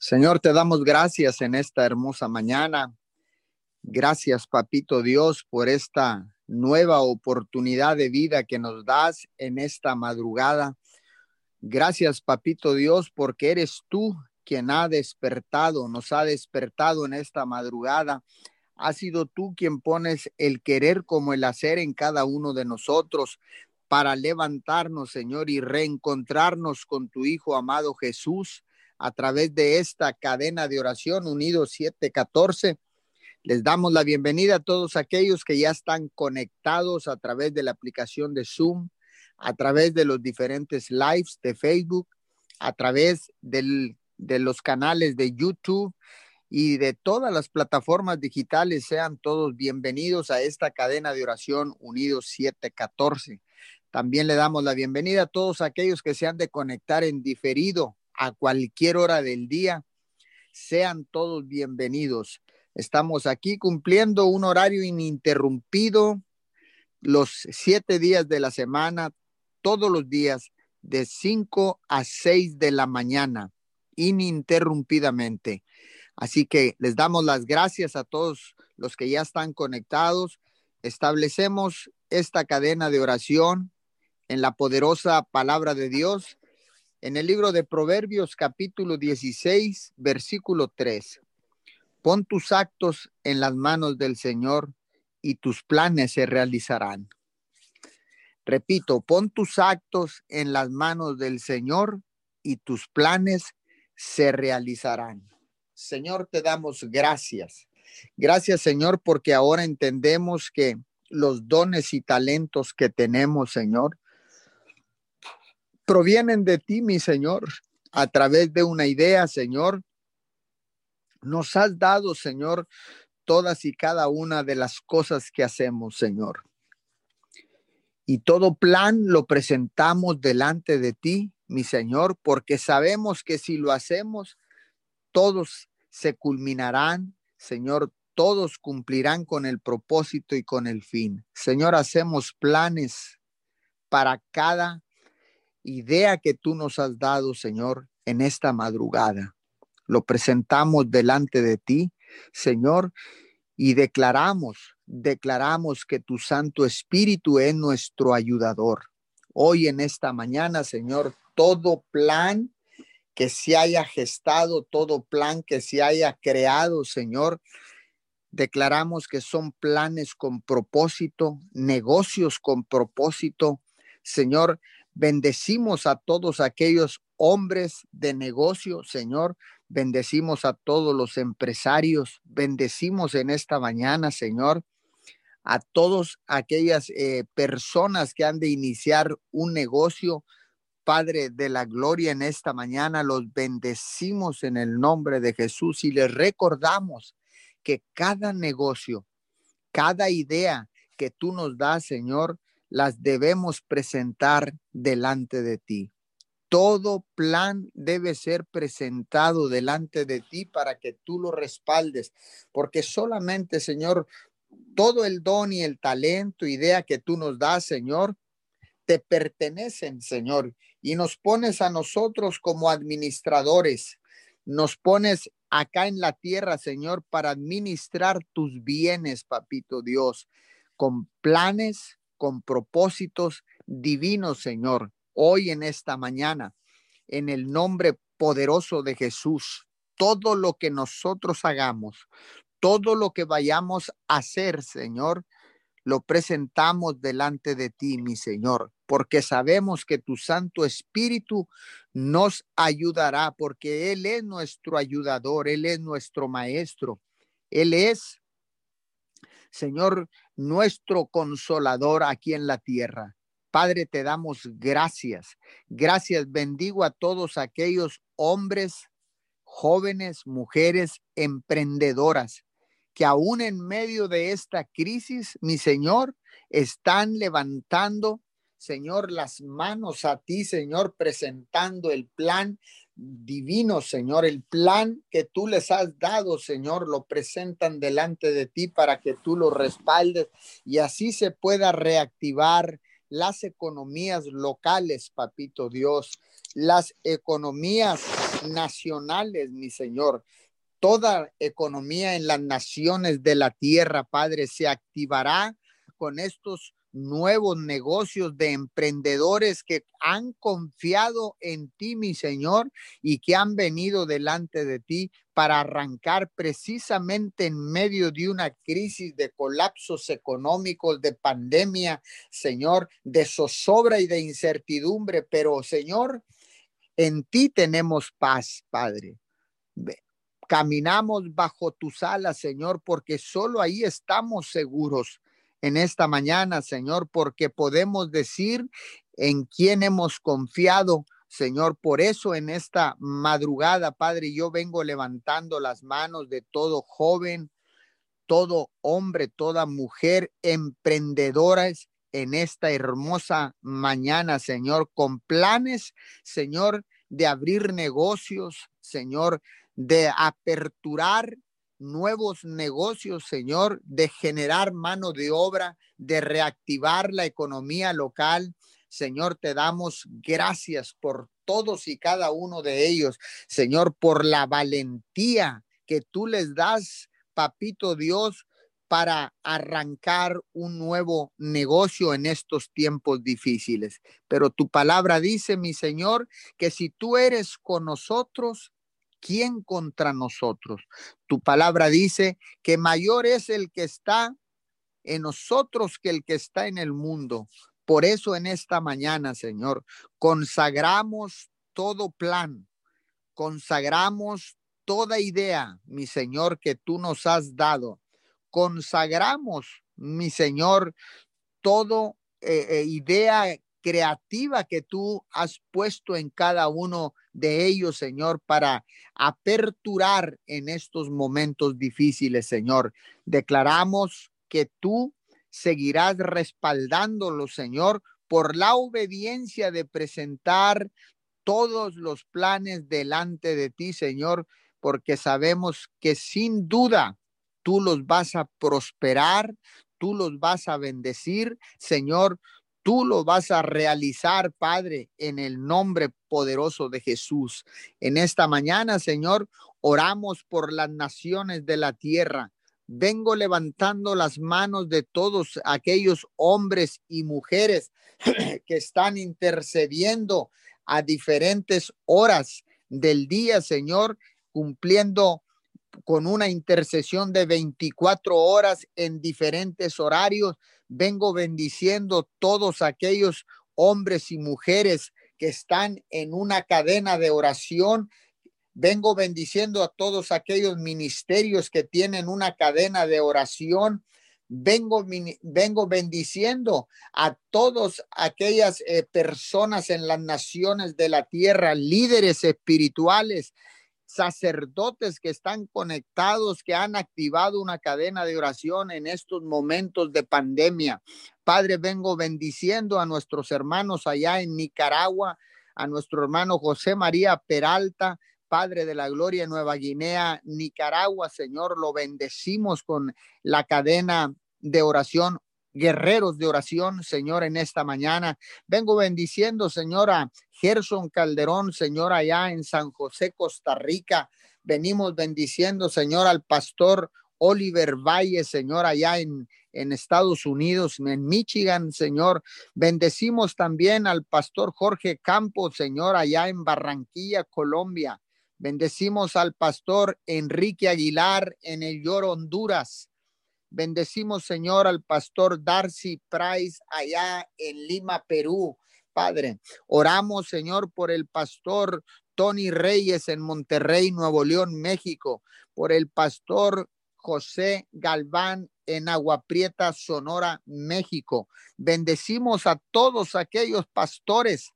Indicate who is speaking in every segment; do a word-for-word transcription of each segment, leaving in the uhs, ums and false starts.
Speaker 1: Señor, te damos gracias en esta hermosa mañana. Gracias, Papito Dios, por esta nueva oportunidad de vida que nos das en esta madrugada. Gracias, Papito Dios, porque eres tú quien ha despertado, nos ha despertado en esta madrugada. Has sido tú quien pones el querer como el hacer en cada uno de nosotros para levantarnos, Señor, y reencontrarnos con tu Hijo amado Jesús a través de esta cadena de oración Unidos siete catorce. Les damos la bienvenida a todos aquellos que ya están conectados a través de la aplicación de Zoom, a través de los diferentes lives de Facebook, a través del, de los canales de YouTube y de todas las plataformas digitales. Sean todos bienvenidos a esta cadena de oración Unidos siete catorce. También le damos la bienvenida a todos aquellos que se han de conectar en diferido a cualquier hora del día. Sean todos bienvenidos. Estamos aquí cumpliendo un horario ininterrumpido los siete días de la semana, todos los días de cinco a seis de la mañana, ininterrumpidamente. Así que les damos las gracias a todos los que ya están conectados. Establecemos esta cadena de oración en la poderosa palabra de Dios, en el libro de Proverbios, capítulo dieciséis, versículo tres. Pon tus actos en las manos del Señor y tus planes se realizarán. Repito, pon tus actos en las manos del Señor y tus planes se realizarán. Señor, te damos gracias. Gracias, Señor, porque ahora entendemos que los dones y talentos que tenemos, Señor, provienen de ti, mi Señor, a través de una idea, Señor. Nos has dado, Señor, todas y cada una de las cosas que hacemos, Señor. Y todo plan lo presentamos delante de ti, mi Señor, porque sabemos que si lo hacemos, todos se culminarán, Señor, todos cumplirán con el propósito y con el fin. Señor, hacemos planes para cada idea que tú nos has dado, Señor, en esta madrugada. Lo presentamos delante de ti, Señor, y declaramos, declaramos que tu Santo Espíritu es nuestro ayudador. Hoy en esta mañana, Señor, todo plan que se haya gestado, todo plan que se haya creado, Señor, declaramos que son planes con propósito, negocios con propósito. Señor, bendecimos a todos aquellos hombres de negocio, Señor. Bendecimos a todos los empresarios. Bendecimos en esta mañana, Señor, a todas aquellas eh, personas que han de iniciar un negocio. Padre de la gloria, en esta mañana los bendecimos en el nombre de Jesús y les recordamos que cada negocio, cada idea que tú nos das, Señor, las debemos presentar delante de ti. Todo plan debe ser presentado delante de ti para que tú lo respaldes, porque solamente, Señor, todo el don y el talento, idea que tú nos das, Señor, te pertenecen, Señor, y nos pones a nosotros como administradores, nos pones acá en la tierra, Señor, para administrar tus bienes, Papito Dios, con planes, con propósitos divinos, Señor. Hoy en esta mañana, en el nombre poderoso de Jesús, todo lo que nosotros hagamos, todo lo que vayamos a hacer, Señor, lo presentamos delante de ti, mi Señor, porque sabemos que tu Santo Espíritu nos ayudará, porque Él es nuestro ayudador, Él es nuestro maestro, Él es, Señor, nuestro consolador aquí en la tierra. Padre, te damos gracias. Gracias, bendigo a todos aquellos hombres, jóvenes, mujeres, emprendedoras, que aún en medio de esta crisis, mi Señor, están levantando, Señor, las manos a ti, Señor, presentando el plan divino, Señor, el plan que tú les has dado, Señor, lo presentan delante de ti para que tú lo respaldes y así se pueda reactivar las economías locales, Papito Dios, las economías nacionales, mi Señor. Toda economía en las naciones de la tierra, Padre, se activará con estos nuevos negocios de emprendedores que han confiado en ti, mi Señor, y que han venido delante de ti para arrancar precisamente en medio de una crisis de colapsos económicos, de pandemia, Señor, de zozobra y de incertidumbre. Pero, Señor, en ti tenemos paz, Padre. Caminamos bajo tus alas, Señor, porque solo ahí estamos seguros en esta mañana, Señor, porque podemos decir en quién hemos confiado, Señor. Por eso en esta madrugada, Padre, yo vengo levantando las manos de todo joven, todo hombre, toda mujer, emprendedoras en esta hermosa mañana, Señor, con planes, Señor, de abrir negocios, Señor, de aperturar nuevos negocios, Señor, de generar mano de obra, de reactivar la economía local. Señor, te damos gracias por todos y cada uno de ellos, Señor, por la valentía que tú les das, Papito Dios, para arrancar un nuevo negocio en estos tiempos difíciles. Pero tu palabra dice, mi Señor, que si tú eres con nosotros, ¿quién contra nosotros? Tu palabra dice que mayor es el que está en nosotros que el que está en el mundo. Por eso en esta mañana, Señor, consagramos todo plan, consagramos toda idea, mi Señor, que tú nos has dado. Consagramos, mi Señor, todo eh, eh, idea creativa que tú has puesto en cada uno de ellos, Señor, para aperturar en estos momentos difíciles, Señor. Declaramos que tú seguirás respaldándolo, Señor, por la obediencia de presentar todos los planes delante de ti, Señor, porque sabemos que sin duda tú los vas a prosperar, tú los vas a bendecir, Señor. Tú lo vas a realizar, Padre, en el nombre poderoso de Jesús. En esta mañana, Señor, oramos por las naciones de la tierra. Vengo levantando las manos de todos aquellos hombres y mujeres que están intercediendo a diferentes horas del día, Señor, cumpliendo con una intercesión de veinticuatro horas en diferentes horarios. Vengo bendiciendo todos aquellos hombres y mujeres que están en una cadena de oración. Vengo bendiciendo a todos aquellos ministerios que tienen una cadena de oración. Vengo, vengo bendiciendo a todas aquellas eh, personas en las naciones de la tierra, líderes espirituales, sacerdotes que están conectados, que han activado una cadena de oración en estos momentos de pandemia. Padre, vengo bendiciendo a nuestros hermanos allá en Nicaragua, a nuestro hermano José María Peralta, Padre de la Gloria, Nueva Guinea, Nicaragua, Señor, lo bendecimos con la cadena de oración, guerreros de oración, Señor, en esta mañana. Vengo bendiciendo, Señor, a Gerson Calderón, Señor, allá en San José, Costa Rica. Venimos bendiciendo, Señor, al pastor Oliver Valle, Señor, allá en, en Estados Unidos, en Michigan, Señor. Bendecimos también al pastor Jorge Campos, Señor, allá en Barranquilla, Colombia. Bendecimos al pastor Enrique Aguilar en El Lloro, Honduras. Bendecimos, Señor, al pastor Darcy Price allá en Lima, Perú. Padre, oramos, Señor, por el pastor Tony Reyes en Monterrey, Nuevo León, México, por el pastor José Galván en Agua Prieta, Sonora, México. Bendecimos a todos aquellos pastores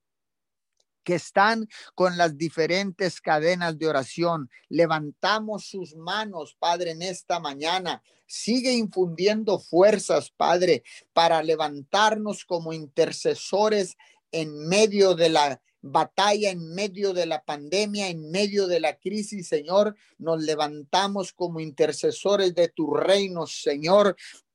Speaker 1: que están con las diferentes cadenas de oración. Levantamos sus manos, Padre, en esta mañana. Sigue infundiendo fuerzas, Padre, para levantarnos como intercesores en medio de la batalla, en medio de la pandemia, en medio de la crisis, Señor. Nos levantamos como intercesores de tu reino, Señor,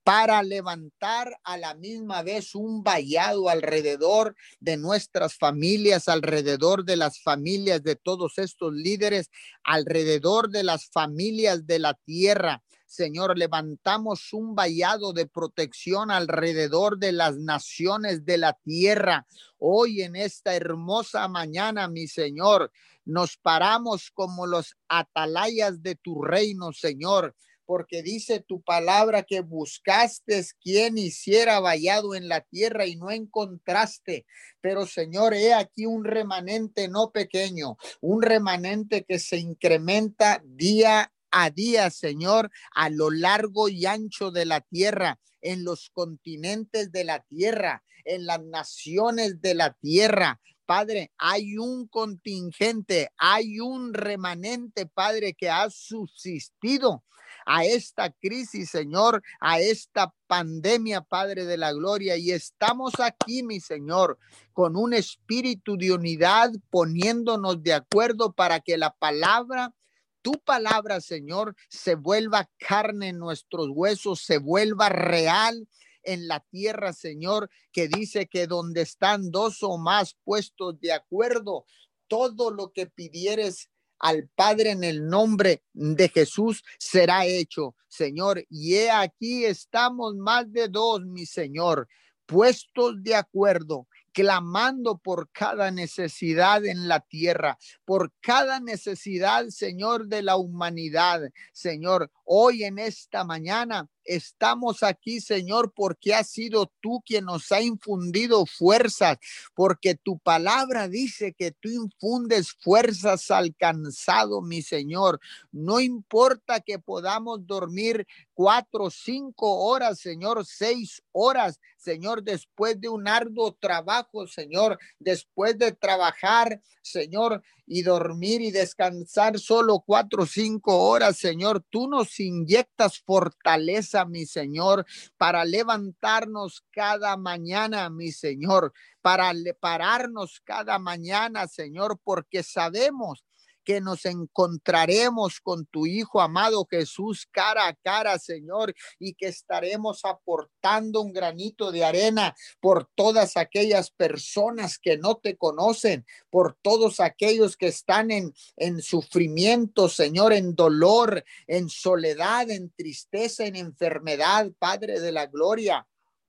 Speaker 1: para levantar a la misma vez un vallado alrededor de nuestras familias, alrededor de las familias de todos estos líderes, alrededor de las familias de la tierra. Señor, levantamos un vallado de protección alrededor de las naciones de la tierra. Hoy en esta hermosa mañana, mi Señor, nos paramos como los atalayas de tu reino, Señor, porque dice tu palabra que buscaste quien hiciera vallado en la tierra y no encontraste. Pero, Señor, he aquí un remanente no pequeño, un remanente que se incrementa día a día, Señor, a lo largo y ancho de la tierra, en los continentes de la tierra, en las naciones de la tierra. Padre, hay un contingente, hay un remanente, Padre, que ha subsistido a esta crisis, Señor, a esta pandemia, Padre de la gloria. Y estamos aquí, mi Señor, con un espíritu de unidad, poniéndonos de acuerdo para que la palabra, tu palabra, Señor, se vuelva carne en nuestros huesos, se vuelva real en la tierra, Señor, que dice que donde están dos o más puestos de acuerdo, todo lo que pidieres al Padre en el nombre de Jesús será hecho, Señor. Y he aquí estamos más de dos, mi Señor, puestos de acuerdo, clamando por cada necesidad en la tierra, por cada necesidad, Señor, de la humanidad. Señor, hoy en esta mañana estamos aquí, Señor, porque has sido tú quien nos ha infundido fuerzas, porque tu palabra dice que tú infundes fuerzas al cansado, mi Señor. No importa que podamos dormir cuatro, cinco horas, Señor, seis horas, Señor, después de un arduo trabajo, Señor, después de trabajar, Señor, y dormir y descansar solo cuatro o cinco horas, Señor, tú nos inyectas fortaleza, mi Señor, para levantarnos cada mañana, mi Señor, para pararnos cada mañana, Señor, porque sabemos que nos encontraremos con tu Hijo amado Jesús cara a cara, Señor, y que estaremos aportando un granito de arena por todas aquellas personas que no te conocen, por todos aquellos que están en, en sufrimiento, Señor, en dolor, en soledad, en tristeza, en enfermedad, Padre de la gloria.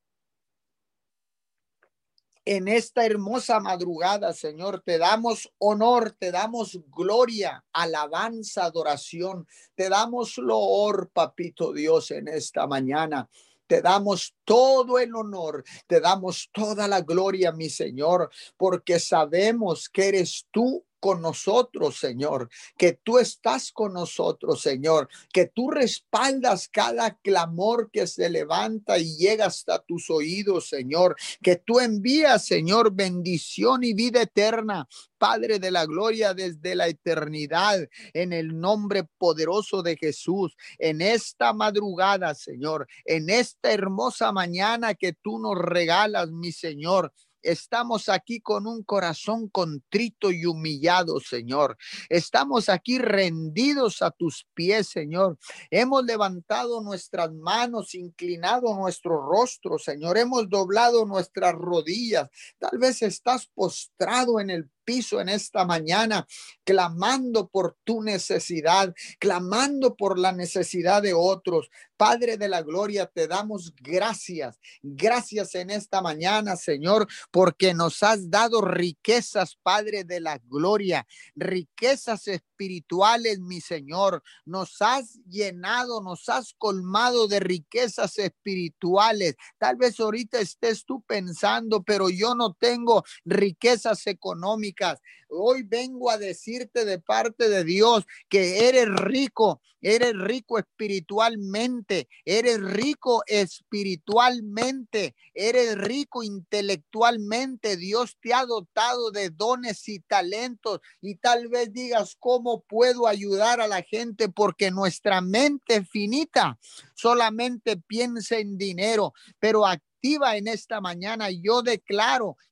Speaker 1: En esta hermosa madrugada, Señor, te damos honor, te damos gloria, alabanza, adoración. Te damos loor, papito Dios, en esta mañana. Te damos todo el honor, te damos toda la gloria, mi Señor, porque sabemos que eres tú con nosotros, Señor, que tú estás con nosotros, Señor, que tú respaldas cada clamor que se levanta y llega hasta tus oídos, Señor, que tú envías, Señor, bendición y vida eterna, Padre de la gloria, desde la eternidad, en el nombre poderoso de Jesús, en esta madrugada, Señor, en esta hermosa mañana que tú nos regalas, mi Señor. Estamos aquí con un corazón contrito y humillado, Señor. Estamos aquí rendidos a tus pies, Señor. Hemos levantado nuestras manos, inclinado nuestro rostro, Señor. Hemos doblado nuestras rodillas. Tal vez estás postrado en el piso en esta mañana, clamando por tu necesidad, clamando por la necesidad de otros. Padre de la gloria, te damos gracias. Gracias en esta mañana, Señor, porque nos has dado riquezas, Padre de la gloria, riquezas espirituales, mi Señor. Nos has llenado, nos has colmado de riquezas espirituales. Tal vez ahorita estés tú pensando, pero yo no tengo riquezas económicas. Hoy vengo a decirte de parte de Dios que eres rico, eres rico espiritualmente, eres rico espiritualmente, eres rico intelectualmente. Dios te ha dotado de dones y talentos y tal vez digas, ¿cómo puedo ayudar a la gente? Porque nuestra mente finita solamente piensa en dinero, pero activa en esta mañana. Yo declaro y activo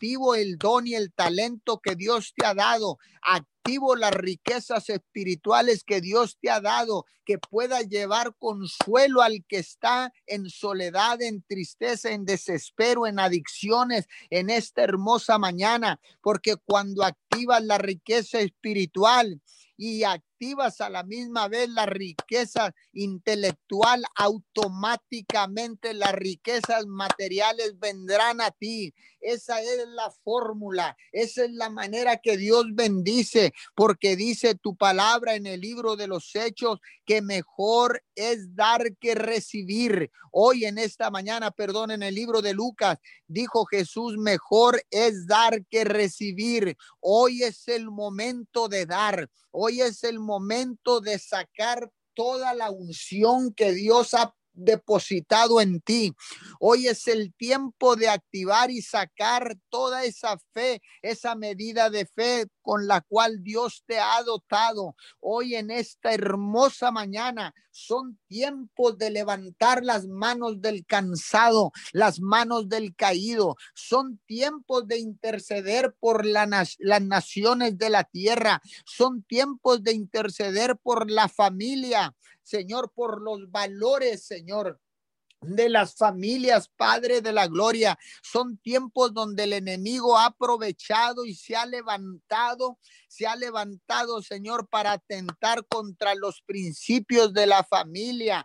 Speaker 1: activo el don y el talento que Dios te ha dado. Activo las riquezas espirituales que Dios te ha dado, que pueda llevar consuelo al que está en soledad, en tristeza, en desespero, en adicciones, en esta hermosa mañana, porque cuando activas la riqueza espiritual y activas a la misma vez la riqueza intelectual, automáticamente las riquezas materiales vendrán a ti. Esa es la fórmula, esa es la manera que Dios bendice, porque dice tu palabra en el libro de los Hechos que mejor es dar que recibir. Hoy en esta mañana, perdón, en el libro de Lucas, dijo Jesús, mejor es dar que recibir. Hoy es el momento de dar, hoy es el momento de sacar toda la unción que Dios ha depositado en ti. Hoy es el tiempo de activar y sacar toda esa fe, esa medida de fe con la cual Dios te ha dotado. Hoy en esta hermosa mañana son tiempos de levantar las manos del cansado, las manos del caído. Son tiempos de interceder por la, las naciones de la tierra. Son tiempos de interceder por la familia, Señor, por los valores, Señor, de las familias, Padre de la gloria. Son tiempos donde el enemigo ha aprovechado y se ha levantado, se ha levantado, Señor, para atentar contra los principios de la familia,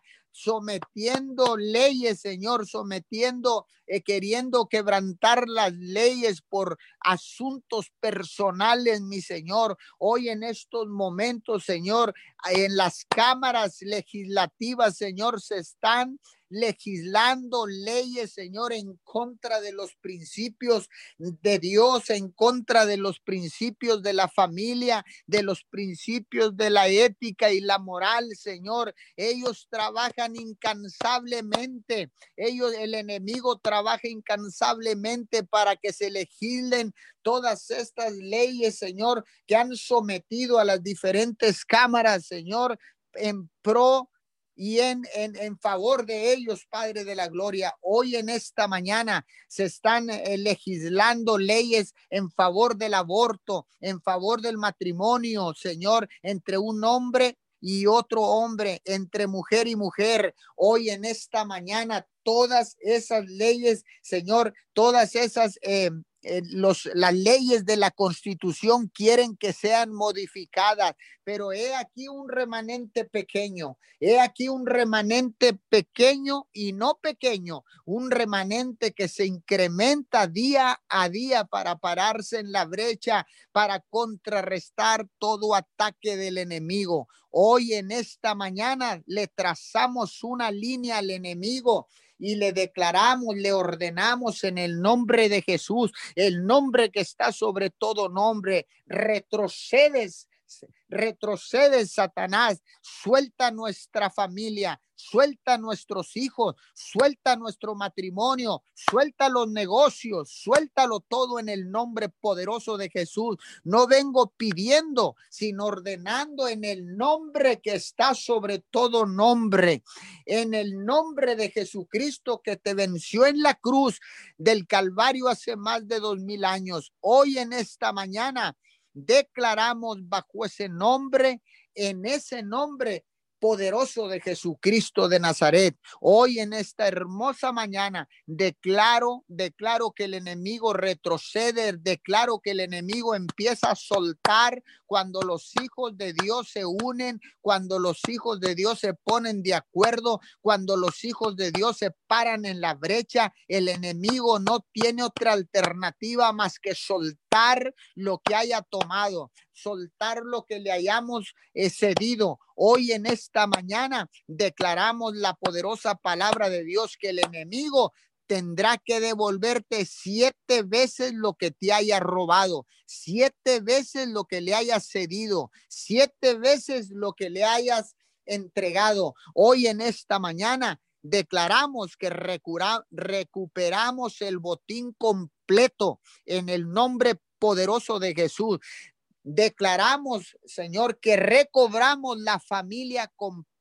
Speaker 1: sometiendo leyes, Señor, sometiendo, eh, queriendo quebrantar las leyes por asuntos personales, mi Señor. Hoy en estos momentos, Señor, en las cámaras legislativas, Señor, se están legislando leyes, Señor, en contra de los principios de Dios, en contra de los principios de la familia, de los principios de la ética y la moral, Señor. Ellos trabajan incansablemente, ellos, el enemigo trabaja incansablemente para que se legislen todas estas leyes, Señor, que han sometido a las diferentes cámaras, Señor, en pro y en, en, en favor de ellos, Padre de la gloria. Hoy en esta mañana se están eh, legislando leyes en favor del aborto, en favor del matrimonio, Señor, entre un hombre y otro hombre, entre mujer y mujer. Hoy en esta mañana todas esas leyes, Señor, todas esas eh, eh, los, las leyes de la Constitución quieren que sean modificadas, pero he aquí un remanente pequeño, he aquí un remanente pequeño y no pequeño, un remanente que se incrementa día a día para pararse en la brecha, para contrarrestar todo ataque del enemigo. Hoy en esta mañana le trazamos una línea al enemigo y le declaramos, le ordenamos en el nombre de Jesús, el nombre que está sobre todo nombre. Retrocedes, retrocedes, Satanás, suelta nuestra familia, suelta nuestros hijos, suelta nuestro matrimonio, suelta los negocios, suéltalo todo en el nombre poderoso de Jesús. No vengo pidiendo, sino ordenando en el nombre que está sobre todo nombre, en el nombre de Jesucristo que te venció en la cruz del Calvario hace más de dos mil años. Hoy en esta mañana declaramos bajo ese nombre, en ese nombre poderoso de Jesucristo de Nazaret. Hoy en esta hermosa mañana declaro, declaro que el enemigo retrocede, declaro que el enemigo empieza a soltar cuando los hijos de Dios se unen, cuando los hijos de Dios se ponen de acuerdo, cuando los hijos de Dios se paran en la brecha. El enemigo no tiene otra alternativa más que soltar lo que haya tomado, soltar lo que le hayamos eh, cedido. Hoy en esta mañana declaramos la poderosa palabra de Dios que el enemigo tendrá que devolverte siete veces lo que te haya robado, siete veces lo que le hayas cedido, siete veces lo que le hayas entregado. Hoy en esta mañana declaramos que recura, recuperamos el botín completo en el nombre poderoso de Jesús. Declaramos, Señor, que recobramos la familia completa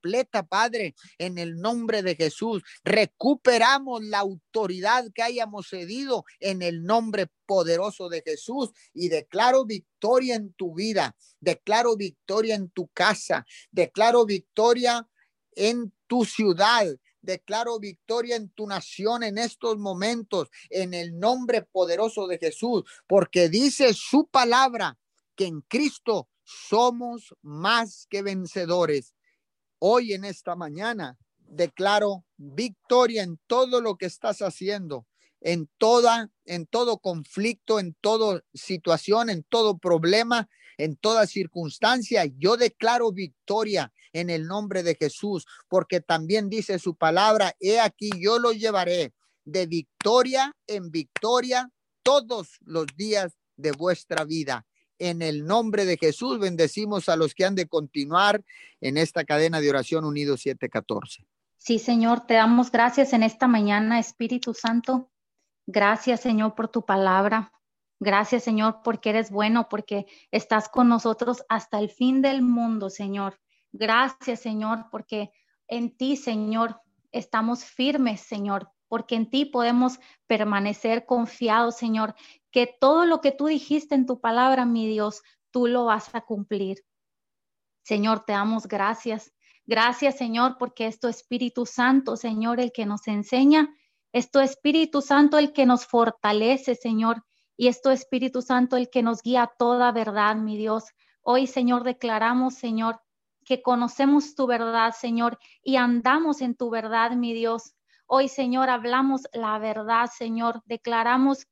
Speaker 1: completa, Padre, en el nombre de Jesús. Recuperamos la autoridad que hayamos cedido en el nombre poderoso de Jesús y declaro victoria en tu vida, declaro victoria en tu casa, declaro victoria en tu ciudad, declaro victoria en tu nación en estos momentos, en el nombre poderoso de Jesús, porque dice su palabra que en Cristo somos más que vencedores. Hoy en esta mañana declaro victoria en todo lo que estás haciendo, en toda, en todo conflicto, en toda situación, en todo problema, en toda circunstancia. Yo declaro victoria en el nombre de Jesús, porque también dice su palabra: he aquí yo lo llevaré de victoria en victoria todos los días de vuestra vida. En el nombre de Jesús bendecimos a los que han de continuar en esta cadena de oración Unidos siete catorce.
Speaker 2: Sí, Señor, te damos gracias en esta mañana, Espíritu Santo. Gracias, Señor, por tu palabra. Gracias, Señor, porque eres bueno, porque estás con nosotros hasta el fin del mundo, Señor. Gracias, Señor, porque en ti, Señor, estamos firmes, Señor, porque en ti podemos permanecer confiados, Señor, que todo lo que tú dijiste en tu palabra, mi Dios, tú lo vas a cumplir. Señor, te damos gracias. Gracias, Señor, porque es tu Espíritu Santo, Señor, el que nos enseña. Es tu Espíritu Santo el que nos fortalece, Señor, y es tu Espíritu Santo el que nos guía a toda verdad, mi Dios. Hoy, Señor, declaramos, Señor, que conocemos tu verdad, Señor, y andamos en tu verdad, mi Dios. Hoy, Señor, hablamos la verdad, Señor. Declaramos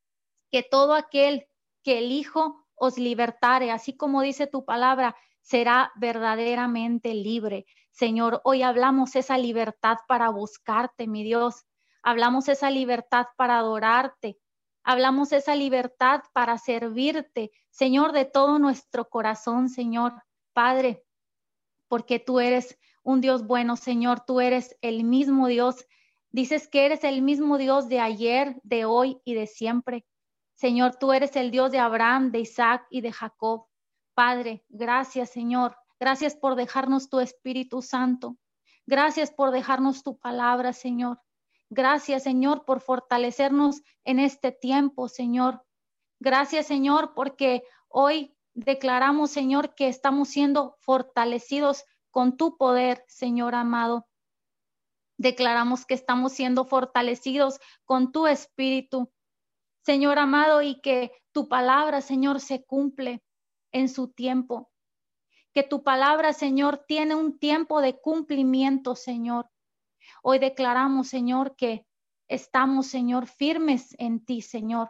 Speaker 2: que todo aquel que el Hijo os libertare, así como dice tu palabra, será verdaderamente libre. Señor, hoy hablamos esa libertad para buscarte, mi Dios. Hablamos esa libertad para adorarte. Hablamos esa libertad para servirte, Señor, de todo nuestro corazón, Señor. Padre, porque tú eres un Dios bueno, Señor. Tú eres el mismo Dios. Dices que eres el mismo Dios de ayer, de hoy y de siempre. Señor, tú eres el Dios de Abraham, de Isaac y de Jacob. Padre, gracias, Señor. Gracias por dejarnos tu Espíritu Santo. Gracias por dejarnos tu palabra, Señor. Gracias, Señor, por fortalecernos en este tiempo, Señor. Gracias, Señor, porque hoy declaramos, Señor, que estamos siendo fortalecidos con tu poder, Señor amado. Declaramos que estamos siendo fortalecidos con tu Espíritu, Señor amado, y que tu palabra, Señor, se cumple en su tiempo. Que tu palabra, Señor, tiene un tiempo de cumplimiento, Señor. Hoy declaramos, Señor, que estamos, Señor, firmes en ti, Señor.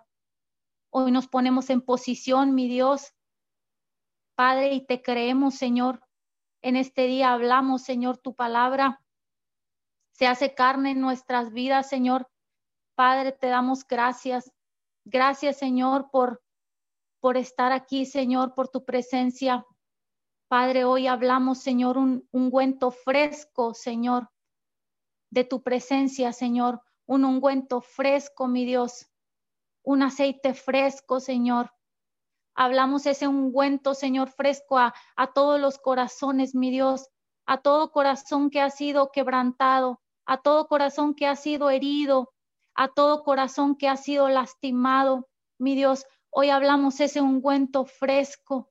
Speaker 2: Hoy nos ponemos en posición, mi Dios, Padre, y te creemos, Señor. En este día hablamos, Señor, tu palabra se hace carne en nuestras vidas, Señor. Padre, te damos gracias. Gracias, Señor, por, por estar aquí, Señor, por tu presencia. Padre, hoy hablamos, Señor, un ungüento fresco, Señor, de tu presencia, Señor. Un ungüento fresco, mi Dios. Un aceite fresco, Señor. Hablamos ese ungüento, Señor, fresco a, a todos los corazones, mi Dios. A todo corazón que ha sido quebrantado. A todo corazón que ha sido herido. A todo corazón que ha sido lastimado. Mi Dios, hoy hablamos ese ungüento fresco,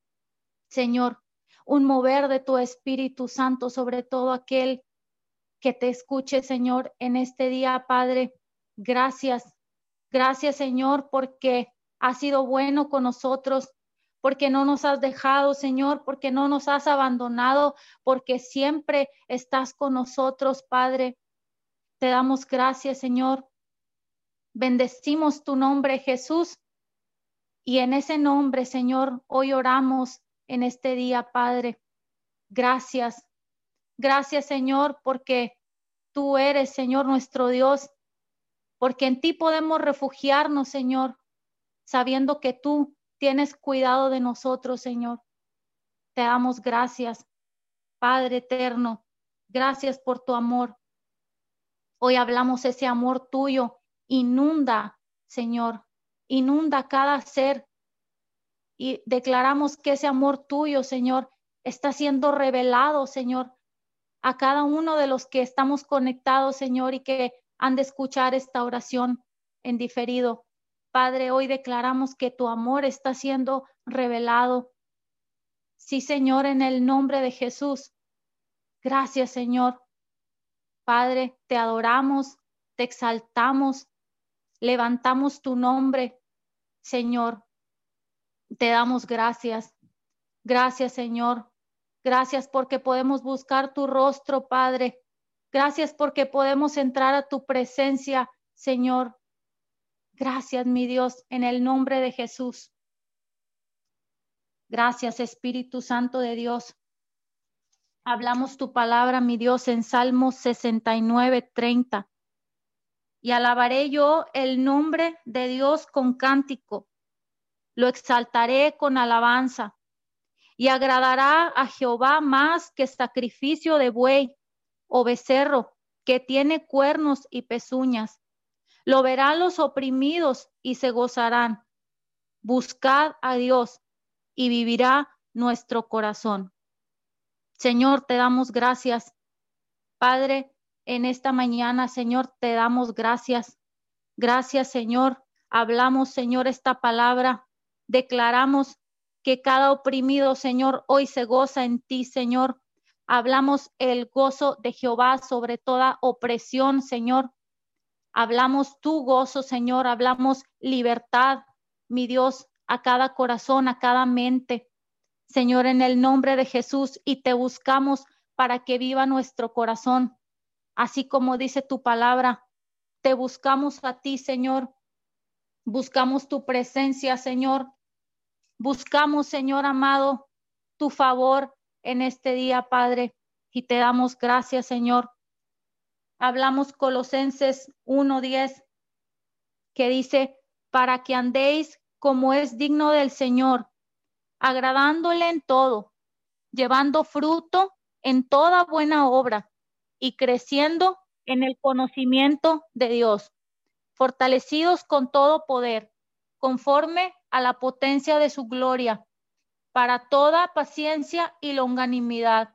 Speaker 2: Señor. Un mover de tu Espíritu Santo sobre todo aquel que te escuche, Señor, en este día, Padre. Gracias. Gracias, Señor, porque has sido bueno con nosotros, porque no nos has dejado, Señor, porque no nos has abandonado, porque siempre estás con nosotros, Padre. Te damos gracias, Señor. Bendecimos tu nombre, Jesús, y en ese nombre, Señor, hoy oramos en este día, Padre. Gracias. Gracias, Señor, porque tú eres, Señor, nuestro Dios, porque en ti podemos refugiarnos, Señor, sabiendo que tú tienes cuidado de nosotros, Señor. Te damos gracias, Padre eterno. Gracias por tu amor. Hoy hablamos ese amor tuyo. Inunda, Señor, inunda cada ser y declaramos que ese amor tuyo, Señor, está siendo revelado, Señor, a cada uno de los que estamos conectados, Señor, y que han de escuchar esta oración en diferido. Padre, hoy declaramos que tu amor está siendo revelado. Sí, Señor, en el nombre de Jesús. Gracias, Señor. Padre, te adoramos, te exaltamos, levantamos tu nombre, Señor. Te damos gracias. Gracias, Señor. Gracias porque podemos buscar tu rostro, Padre. Gracias porque podemos entrar a tu presencia, Señor. Gracias, mi Dios, en el nombre de Jesús. Gracias, Espíritu Santo de Dios. Hablamos tu palabra, mi Dios, en Salmos sesenta y nueve, treinta. Y alabaré yo el nombre de Dios con cántico. Lo exaltaré con alabanza. Y agradará a Jehová más que sacrificio de buey o becerro, que tiene cuernos y pezuñas. Lo verán los oprimidos y se gozarán. Buscad a Dios y vivirá nuestro corazón. Señor, te damos gracias. Padre, en esta mañana, Señor, te damos gracias. Gracias, Señor. Hablamos, Señor, esta palabra. Declaramos que cada oprimido, Señor, hoy se goza en ti, Señor. Hablamos el gozo de Jehová sobre toda opresión, Señor. Hablamos tu gozo, Señor. Hablamos libertad, mi Dios, a cada corazón, a cada mente. Señor, en el nombre de Jesús, y te buscamos para que viva nuestro corazón. Así como dice tu palabra, te buscamos a ti, Señor. Buscamos tu presencia, Señor. Buscamos, Señor amado, tu favor en este día, Padre, y te damos gracias, Señor. Hablamos Colosenses uno diez, que dice, para que andéis como es digno del Señor, agradándole en todo, llevando fruto en toda buena obra y creciendo en el conocimiento de Dios, fortalecidos con todo poder, conforme a la potencia de su gloria, para toda paciencia y longanimidad,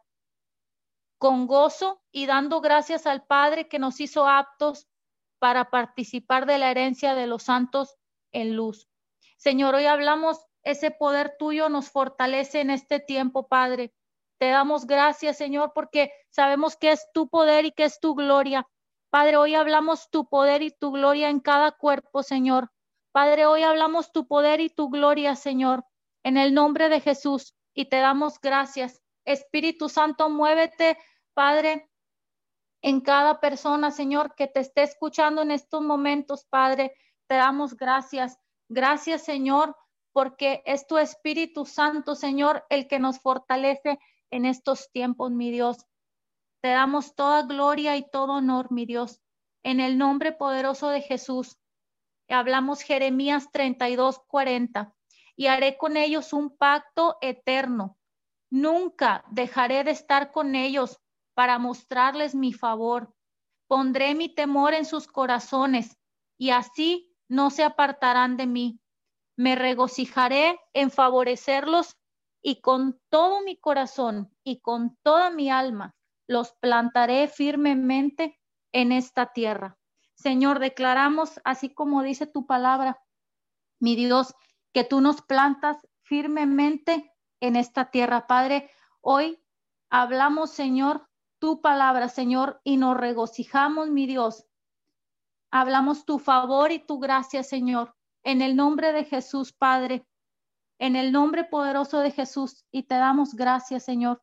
Speaker 2: con gozo y dando gracias al Padre que nos hizo aptos para participar de la herencia de los santos en luz. Señor, hoy hablamos, ese poder tuyo nos fortalece en este tiempo, Padre. Te damos gracias, Señor, porque sabemos que es tu poder y que es tu gloria. Padre, hoy hablamos tu poder y tu gloria en cada cuerpo, Señor. Padre, hoy hablamos tu poder y tu gloria, Señor, en el nombre de Jesús, y te damos gracias. Espíritu Santo, muévete, Padre, en cada persona, Señor, que te esté escuchando en estos momentos, Padre. Te damos gracias. Gracias, Señor, porque es tu Espíritu Santo, Señor, el que nos fortalece en estos tiempos, mi Dios. Te damos toda gloria y todo honor, mi Dios, en el nombre poderoso de Jesús. Hablamos Jeremías treinta y dos, cuarenta. Y haré con ellos un pacto eterno. Nunca dejaré de estar con ellos para mostrarles mi favor. Pondré mi temor en sus corazones y así no se apartarán de mí. Me regocijaré en favorecerlos y con todo mi corazón y con toda mi alma los plantaré firmemente en esta tierra. Señor, declaramos, así como dice tu palabra, mi Dios, que tú nos plantas firmemente en esta tierra. Padre, hoy hablamos, Señor, tu palabra, Señor, y nos regocijamos, mi Dios. Hablamos tu favor y tu gracia, Señor, en el nombre de Jesús, Padre, en el nombre poderoso de Jesús, y te damos gracias, Señor.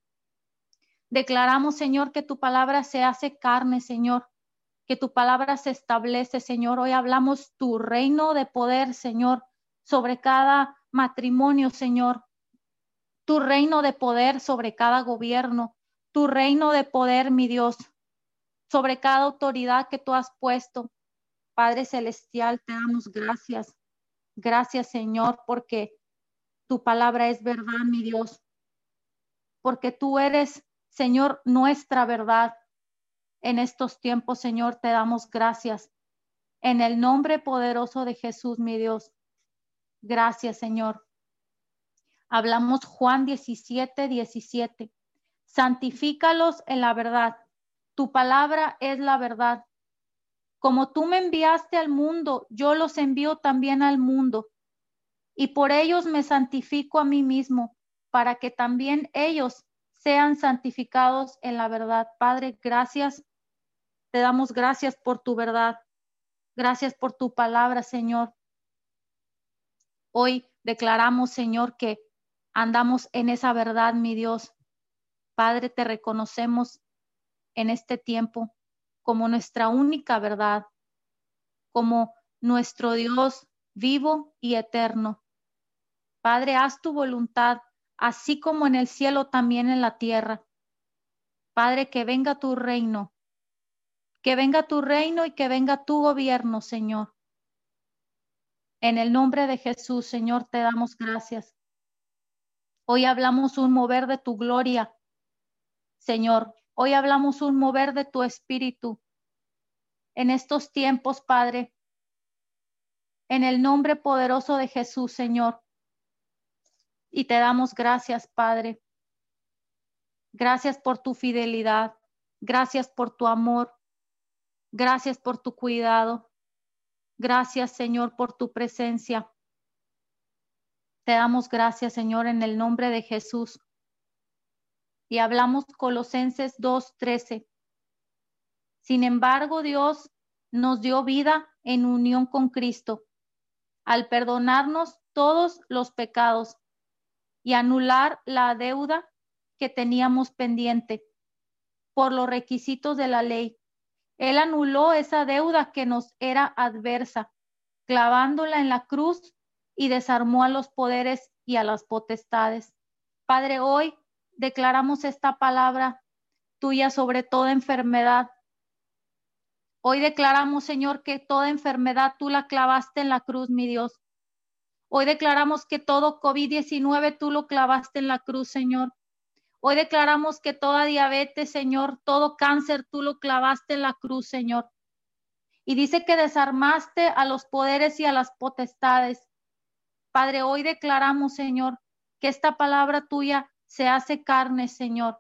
Speaker 2: Declaramos, Señor, que tu palabra se hace carne, Señor, que tu palabra se establece, Señor. Hoy hablamos tu reino de poder, Señor, sobre cada matrimonio, Señor. Tu reino de poder sobre cada gobierno. Tu reino de poder, mi Dios, sobre cada autoridad que tú has puesto. Padre Celestial, te damos gracias. Gracias, Señor, porque tu palabra es verdad, mi Dios. Porque tú eres, Señor, nuestra verdad. En estos tiempos, Señor, te damos gracias. En el nombre poderoso de Jesús, mi Dios. Gracias, Señor. Hablamos Juan diecisiete, diecisiete. Santifícalos en la verdad. Tu palabra es la verdad. Como tú me enviaste al mundo, yo los envío también al mundo. Y por ellos me santifico a mí mismo, para que también ellos sean santificados en la verdad. Padre, gracias. Te damos gracias por tu verdad. Gracias por tu palabra, Señor. Hoy declaramos, Señor, que andamos en esa verdad, mi Dios. Padre, te reconocemos en este tiempo como nuestra única verdad, como nuestro Dios vivo y eterno. Padre, haz tu voluntad, así como en el cielo, también en la tierra. Padre, que venga tu reino, que venga tu reino y que venga tu gobierno, Señor. En el nombre de Jesús, Señor, te damos gracias. Hoy hablamos un mover de tu gloria, Señor. Hoy hablamos un mover de tu espíritu. En estos tiempos, Padre, en el nombre poderoso de Jesús, Señor. Y te damos gracias, Padre. Gracias por tu fidelidad. Gracias por tu amor. Gracias por tu cuidado. Gracias, Señor, por tu presencia. Te damos gracias, Señor, en el nombre de Jesús. Y hablamos Colosenses dos trece. Sin embargo, Dios nos dio vida en unión con Cristo, al perdonarnos todos los pecados y anular la deuda que teníamos pendiente por los requisitos de la ley. Él anuló esa deuda que nos era adversa, clavándola en la cruz, y desarmó a los poderes y a las potestades. Padre, hoy declaramos esta palabra tuya sobre toda enfermedad. Hoy declaramos, Señor, que toda enfermedad tú la clavaste en la cruz, mi Dios. Hoy declaramos que todo COVID diecinueve tú lo clavaste en la cruz, Señor. Hoy declaramos que toda diabetes, Señor, todo cáncer tú lo clavaste en la cruz, Señor. Y dice que desarmaste a los poderes y a las potestades. Padre, hoy declaramos, Señor, que esta palabra tuya se hace carne, Señor.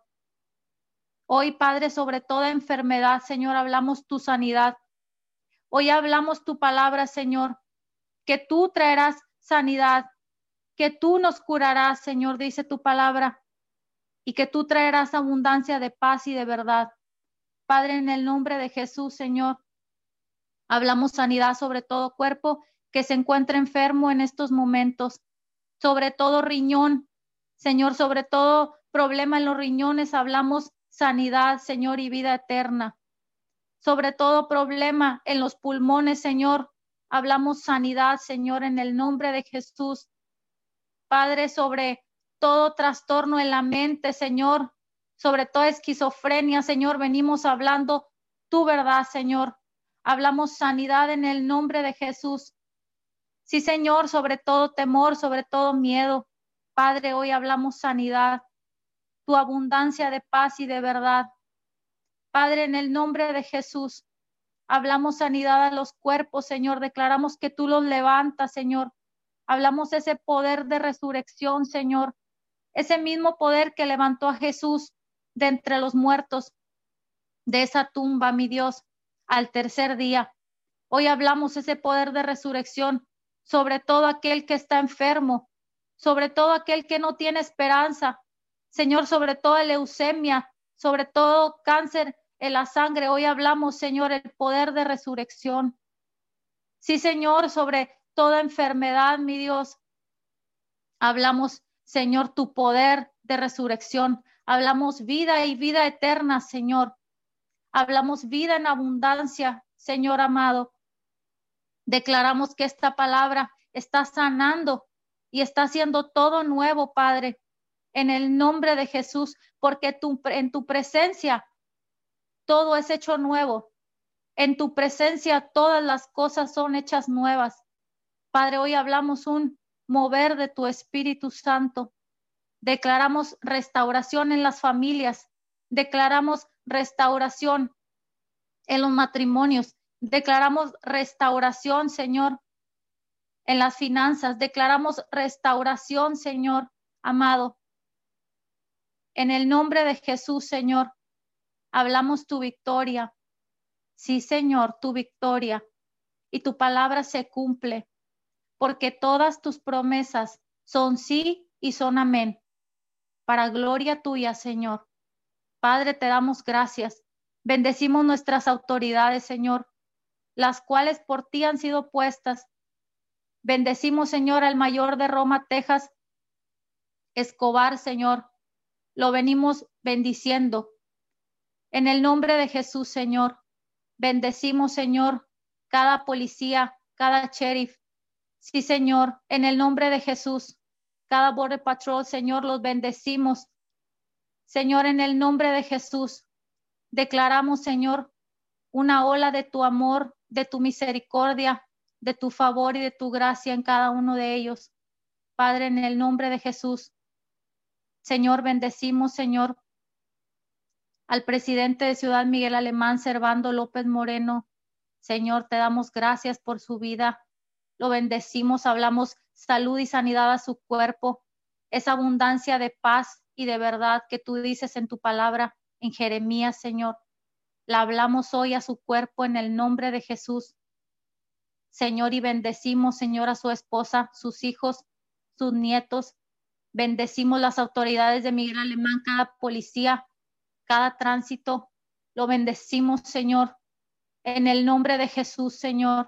Speaker 2: Hoy, Padre, sobre toda enfermedad, Señor, hablamos tu sanidad. Hoy hablamos tu palabra, Señor, que tú traerás sanidad, que tú nos curarás, Señor, dice tu palabra, y que tú traerás abundancia de paz y de verdad. Padre, en el nombre de Jesús, Señor, hablamos sanidad sobre todo cuerpo que se encuentra enfermo en estos momentos, sobre todo riñón, Señor, sobre todo problema en los riñones, hablamos sanidad, Señor, y vida eterna. Sobre todo problema en los pulmones, Señor, hablamos sanidad, Señor, en el nombre de Jesús. Padre, sobre todo trastorno en la mente, Señor, sobre toda esquizofrenia, Señor, venimos hablando tu verdad, Señor. Hablamos sanidad en el nombre de Jesús. Sí, Señor, sobre todo temor, sobre todo miedo. Padre, hoy hablamos sanidad, tu abundancia de paz y de verdad. Padre, en el nombre de Jesús, hablamos sanidad a los cuerpos, Señor. Declaramos que tú los levantas, Señor. Hablamos ese poder de resurrección, Señor. Ese mismo poder que levantó a Jesús de entre los muertos, de esa tumba, mi Dios, al tercer día. Hoy hablamos ese poder de resurrección sobre todo aquel que está enfermo, sobre todo aquel que no tiene esperanza. Señor, sobre toda leucemia, sobre todo cáncer en la sangre. Hoy hablamos, Señor, el poder de resurrección. Sí, Señor, sobre toda enfermedad, mi Dios. Hablamos, Señor, tu poder de resurrección. Hablamos vida y vida eterna, Señor. Hablamos vida en abundancia, Señor amado. Declaramos que esta palabra está sanando y está haciendo todo nuevo, Padre, en el nombre de Jesús, porque tu, en tu presencia todo es hecho nuevo. En tu presencia todas las cosas son hechas nuevas. Padre, hoy hablamos un mover de tu Espíritu Santo. Declaramos restauración en las familias. Declaramos restauración en los matrimonios. Declaramos restauración, Señor, en las finanzas. Declaramos restauración, Señor amado, En el nombre de Jesús, Señor, hablamos tu victoria. Sí, Señor, tu victoria. Y tu palabra se cumple, porque todas tus promesas son sí y son amén. Para gloria tuya, Señor. Padre, te damos gracias. Bendecimos nuestras autoridades, Señor, las cuales por ti han sido puestas. Bendecimos, Señor, al mayor de Roma, Texas, Escobar, Señor. Lo venimos bendiciendo. En el nombre de Jesús, Señor. Bendecimos, Señor, cada policía, cada sheriff. Sí, Señor, en el nombre de Jesús. Cada border patrol, Señor, los bendecimos. Señor, en el nombre de Jesús. Declaramos, Señor, una ola de tu amor, de tu misericordia, de tu favor y de tu gracia en cada uno de ellos. Padre, en el nombre de Jesús. Señor, bendecimos, Señor, al presidente de Ciudad Miguel Alemán, Servando López Moreno. Señor, te damos gracias por su vida. Lo bendecimos, hablamos salud y sanidad a su cuerpo. Esa abundancia de paz y de verdad que tú dices en tu palabra, en Jeremías, Señor. La hablamos hoy a su cuerpo en el nombre de Jesús. Señor, y bendecimos, Señor, a su esposa, sus hijos, sus nietos. Bendecimos las autoridades de Miguel Alemán, cada policía, cada tránsito. Lo bendecimos, Señor, en el nombre de Jesús, Señor.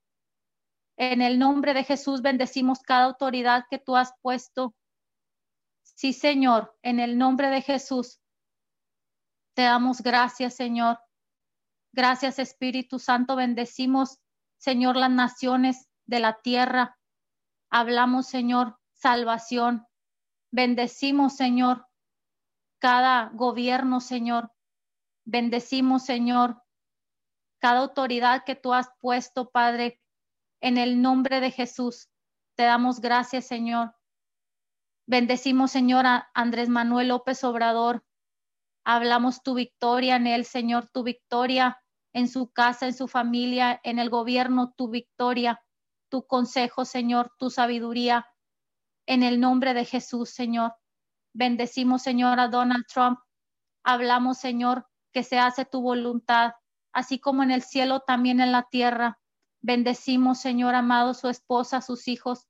Speaker 2: En el nombre de Jesús bendecimos cada autoridad que tú has puesto. Sí, Señor, en el nombre de Jesús. Te damos gracias, Señor. Gracias, Espíritu Santo. Bendecimos, Señor, las naciones de la tierra. Hablamos, Señor, salvación. Bendecimos, Señor, cada gobierno, Señor. Bendecimos, Señor, cada autoridad que tú has puesto, Padre. En el nombre de Jesús, te damos gracias, Señor. Bendecimos, Señor, a Andrés Manuel López Obrador. Hablamos tu victoria en él, Señor, tu victoria en su casa, en su familia, en el gobierno, tu victoria, tu consejo, Señor, tu sabiduría. En el nombre de Jesús, Señor. Bendecimos, Señor, a Donald Trump. Hablamos, Señor, que se hace tu voluntad, así como en el cielo, también en la tierra. Bendecimos, Señor amado, su esposa, sus hijos.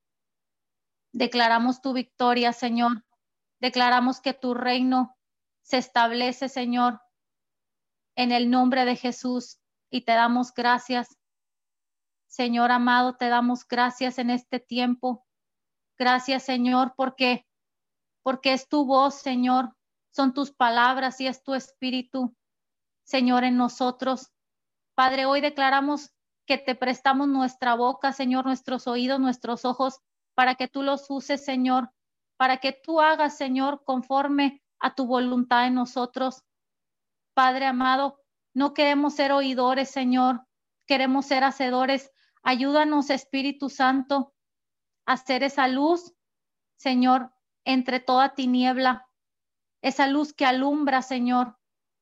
Speaker 2: Declaramos tu victoria, Señor. Declaramos que tu reino se establece, Señor, en el nombre de Jesús. Y te damos gracias. Señor amado, te damos gracias en este tiempo. Gracias, Señor, porque, porque es tu voz, Señor. Son tus palabras y es tu espíritu, Señor, en nosotros. Padre, hoy declaramos que te prestamos nuestra boca, Señor, nuestros oídos, nuestros ojos, para que tú los uses, Señor, para que tú hagas, Señor, conforme a tu voluntad en nosotros. Padre amado, no queremos ser oidores, Señor, queremos ser hacedores. Ayúdanos, Espíritu Santo, a hacer esa luz, Señor, entre toda tiniebla, esa luz que alumbra, Señor.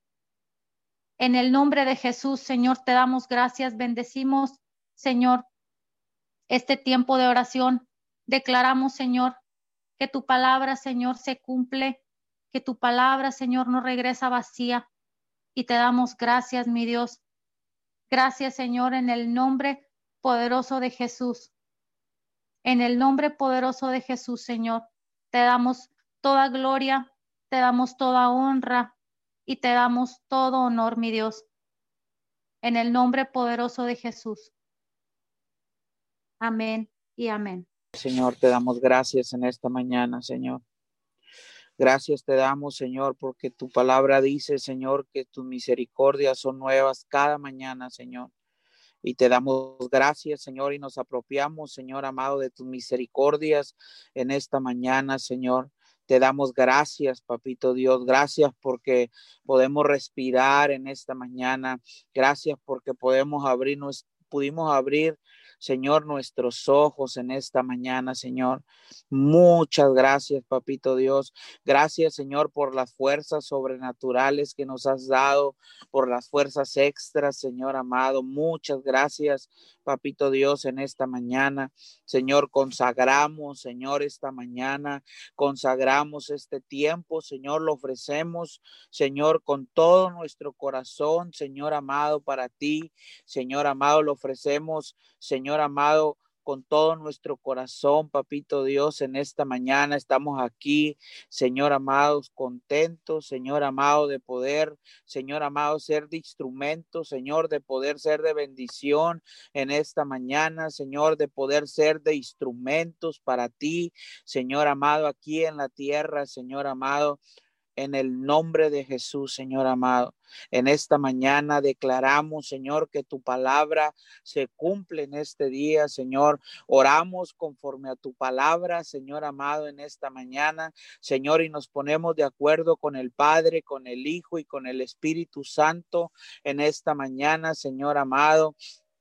Speaker 2: En el nombre de Jesús, Señor, te damos gracias, bendecimos, Señor, este tiempo de oración. Declaramos, Señor, que tu palabra, Señor, se cumple, que tu palabra, Señor, no regresa vacía. Y te damos gracias, mi Dios. Gracias, Señor, en el nombre poderoso de Jesús. En el nombre poderoso de Jesús, Señor, te damos toda gloria, te damos toda honra y te damos todo honor, mi Dios. En el nombre poderoso de Jesús. Amén y amén.
Speaker 3: Señor, te damos gracias en esta mañana, Señor. Gracias te damos, Señor, porque tu palabra dice, Señor, que tus misericordias son nuevas cada mañana, Señor. Y te damos gracias, Señor, y nos apropiamos, Señor amado, de tus misericordias en esta mañana, Señor. Te damos gracias, Papito Dios. Gracias porque podemos respirar en esta mañana. Gracias porque podemos abrir, pudimos abrir, Señor, nuestros ojos en esta mañana, Señor. Muchas gracias, Papito Dios. Gracias, Señor, por las fuerzas sobrenaturales que nos has dado, por las fuerzas extras, Señor amado. Muchas gracias Papito Dios, en esta mañana, Señor, consagramos, Señor, esta mañana, consagramos este tiempo, Señor, lo ofrecemos, Señor, con todo nuestro corazón, Señor amado, para ti, Señor amado, lo ofrecemos, Señor amado, con todo nuestro corazón, Papito Dios, en esta mañana estamos aquí, Señor amados, contentos, Señor amado, de poder, Señor amado, ser de instrumento, Señor, de poder ser de bendición en esta mañana, Señor, de poder ser de instrumentos para ti, Señor amado, aquí en la tierra, Señor amado. En el nombre de Jesús, Señor amado, en esta mañana declaramos, Señor, que tu palabra se cumple en este día, Señor. Oramos conforme a tu palabra, Señor amado, en esta mañana, Señor, y nos ponemos de acuerdo con el Padre, con el Hijo y con el Espíritu Santo en esta mañana, Señor amado.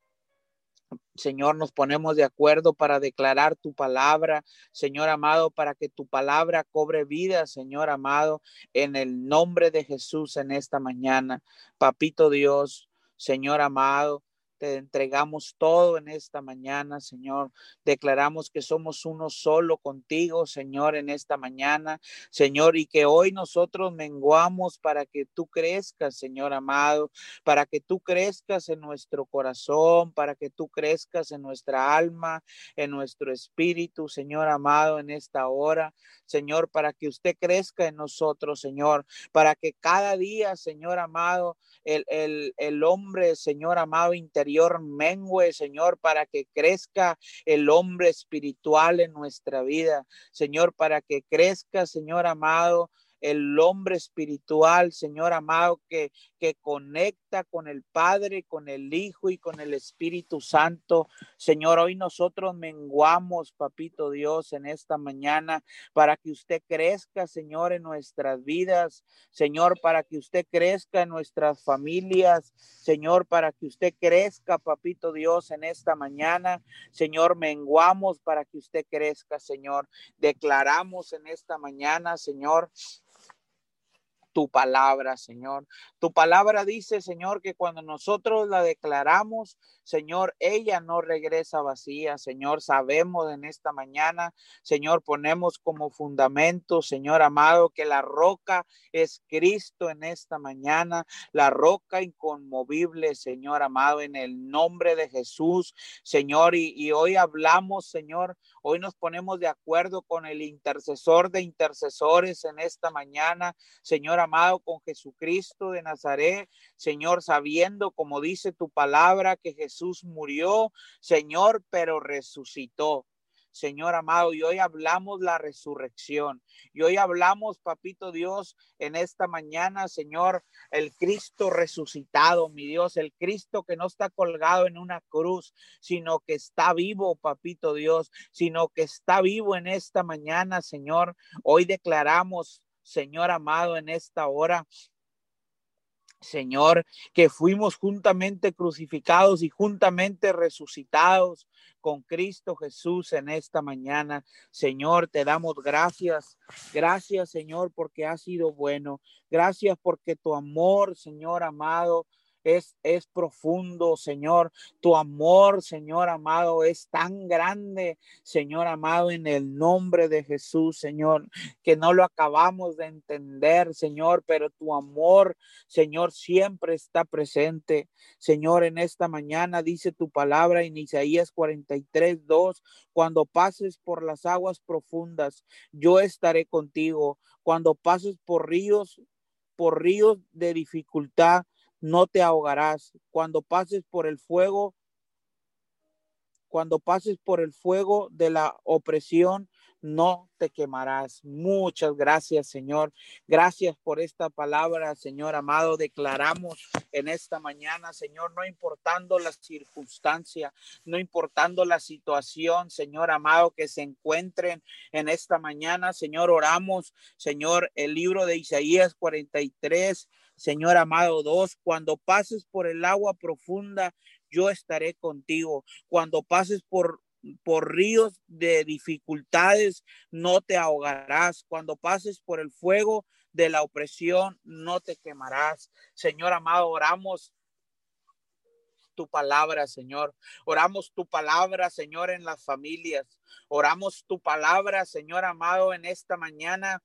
Speaker 3: Señor, nos ponemos de acuerdo para declarar tu palabra, Señor amado, para que tu palabra cobre vida, Señor amado, en el nombre de Jesús en esta mañana. Papito Dios, Señor amado, te entregamos todo en esta mañana, Señor. Declaramos que somos uno solo contigo, Señor, en esta mañana, Señor, y que hoy nosotros menguamos para que tú crezcas, Señor amado, para que tú crezcas en nuestro corazón, para que tú crezcas en nuestra alma, en nuestro espíritu, Señor amado, en esta hora, Señor, para que usted crezca en nosotros, Señor, para que cada día, Señor amado, el, el, el hombre, Señor amado, interior, mengue, Señor, para que crezca el hombre espiritual en nuestra vida, Señor, para que crezca, Señor amado, el hombre espiritual, Señor amado, que, que conecta con el Padre, con el Hijo y con el Espíritu Santo. Señor, hoy nosotros menguamos, Papito Dios, en esta mañana, para que usted crezca, Señor, en nuestras vidas, Señor, para que usted crezca en nuestras familias, Señor, para que usted crezca, Papito Dios, en esta mañana, Señor, menguamos para que usted crezca, Señor. Declaramos en esta mañana, Señor, tu palabra, Señor. Tu palabra dice, Señor, que cuando nosotros la declaramos, Señor, ella no regresa vacía, Señor. Sabemos en esta mañana, Señor, ponemos como fundamento, Señor amado, que la roca es Cristo en esta mañana, la roca inconmovible, Señor amado, en el nombre de Jesús, Señor. Y, y hoy hablamos, Señor, hoy nos ponemos de acuerdo con el intercesor de intercesores en esta mañana, Señor amado, con Jesucristo de Nazaret, Señor, sabiendo, como dice tu palabra, que Jesús murió, Señor, pero resucitó. Señor amado, y hoy hablamos la resurrección. Y hoy hablamos, Papito Dios, en esta mañana, Señor, el Cristo resucitado, mi Dios, el Cristo que no está colgado en una cruz, sino que está vivo, Papito Dios, sino que está vivo en esta mañana, Señor. Hoy declaramos, Señor amado, en esta hora, Señor, que fuimos juntamente crucificados y juntamente resucitados con Cristo Jesús en esta mañana. Señor, te damos gracias. Gracias, Señor, porque has sido bueno. Gracias porque tu amor, Señor amado, Es, es profundo, Señor. Tu amor, Señor amado, es tan grande, Señor amado, en el nombre de Jesús, Señor, que no lo acabamos de entender, Señor, pero tu amor, Señor, siempre está presente. Señor, en esta mañana dice tu palabra en Isaías cuarenta y tres, dos, cuando pases por las aguas profundas, yo estaré contigo. Cuando pases por ríos, por ríos de dificultad, no te ahogarás. Cuando pases por el fuego, cuando pases por el fuego de la opresión, no te quemarás. Muchas gracias, Señor. Gracias por esta palabra, Señor amado. Declaramos en esta mañana, Señor, no importando la circunstancia, no importando la situación, Señor amado, que se encuentren en esta mañana, Señor, oramos, Señor, el libro de Isaías cuarenta y tres, Señor amado, dos, cuando pases por el agua profunda, yo estaré contigo. Cuando pases por, por ríos de dificultades, no te ahogarás. Cuando pases por el fuego de la opresión, no te quemarás. Señor amado, oramos tu palabra, Señor. Oramos tu palabra, Señor, en las familias. Oramos tu palabra, Señor amado, en esta mañana.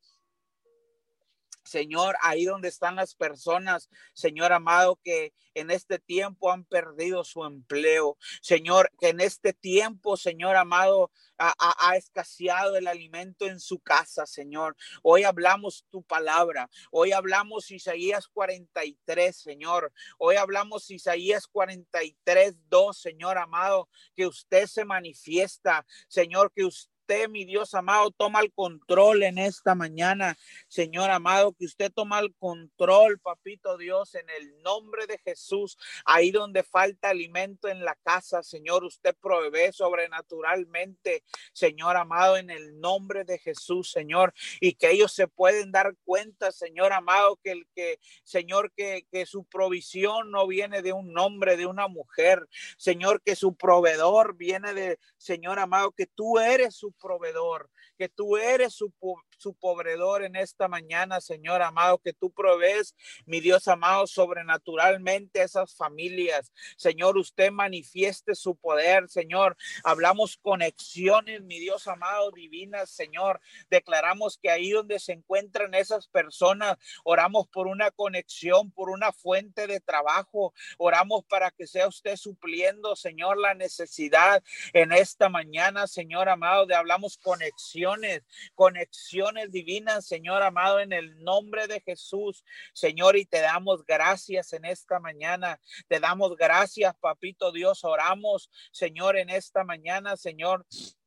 Speaker 3: Señor, ahí donde están las personas, Señor amado, que en este tiempo han perdido su empleo. Señor, que en este tiempo, Señor amado, ha, ha, ha escaseado el alimento en su casa, Señor. Hoy hablamos tu palabra. Hoy hablamos Isaías cuarenta y tres, Señor. Hoy hablamos Isaías cuarenta y tres, dos, Señor amado, que usted se manifiesta, Señor, que usted Usted, mi Dios amado, toma el control en esta mañana, Señor amado, que usted toma el control, papito Dios, en el nombre de Jesús. Ahí donde falta alimento en la casa, Señor, usted provee sobrenaturalmente, Señor amado, en el nombre de Jesús, Señor, y que ellos se pueden dar cuenta, Señor amado, que el que, Señor, que, que su provisión no viene de un hombre, de una mujer, Señor, que su proveedor viene de, Señor amado, que tú eres su proveedor, que tú eres su, su proveedor en esta mañana, Señor amado, que tú provees, mi Dios amado, sobrenaturalmente a esas familias. Señor, usted manifieste su poder, Señor. Hablamos conexiones, mi Dios amado, divinas, Señor. Declaramos que ahí donde se encuentran esas personas, oramos por una conexión, por una fuente de trabajo. Oramos para que sea usted supliendo, Señor, la necesidad en esta mañana, Señor amado, de hablamos conexiones, conexiones divinas, Señor amado, en el nombre de Jesús, Señor, y te damos gracias en esta mañana, te damos gracias, papito Dios, oramos, Señor, en esta mañana, Señor.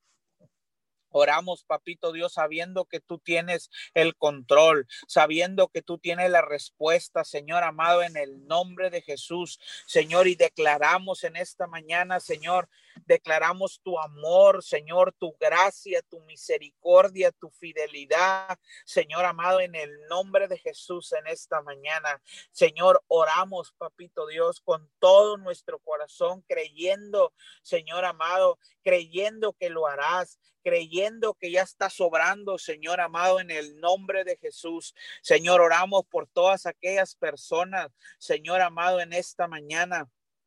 Speaker 3: Oramos, papito Dios, sabiendo que tú tienes el control, sabiendo que tú tienes la respuesta, Señor amado, en el nombre de Jesús, Señor, y declaramos en esta mañana, Señor, declaramos tu amor, Señor, tu gracia, tu misericordia, tu fidelidad, Señor amado, en el nombre de Jesús en esta mañana. Señor, oramos, papito Dios, con todo nuestro corazón, creyendo, Señor amado, creyendo que lo harás, creyendo que ya está sobrando, Señor amado, en el nombre de Jesús. Señor, oramos por todas aquellas personas, Señor amado, en esta mañana.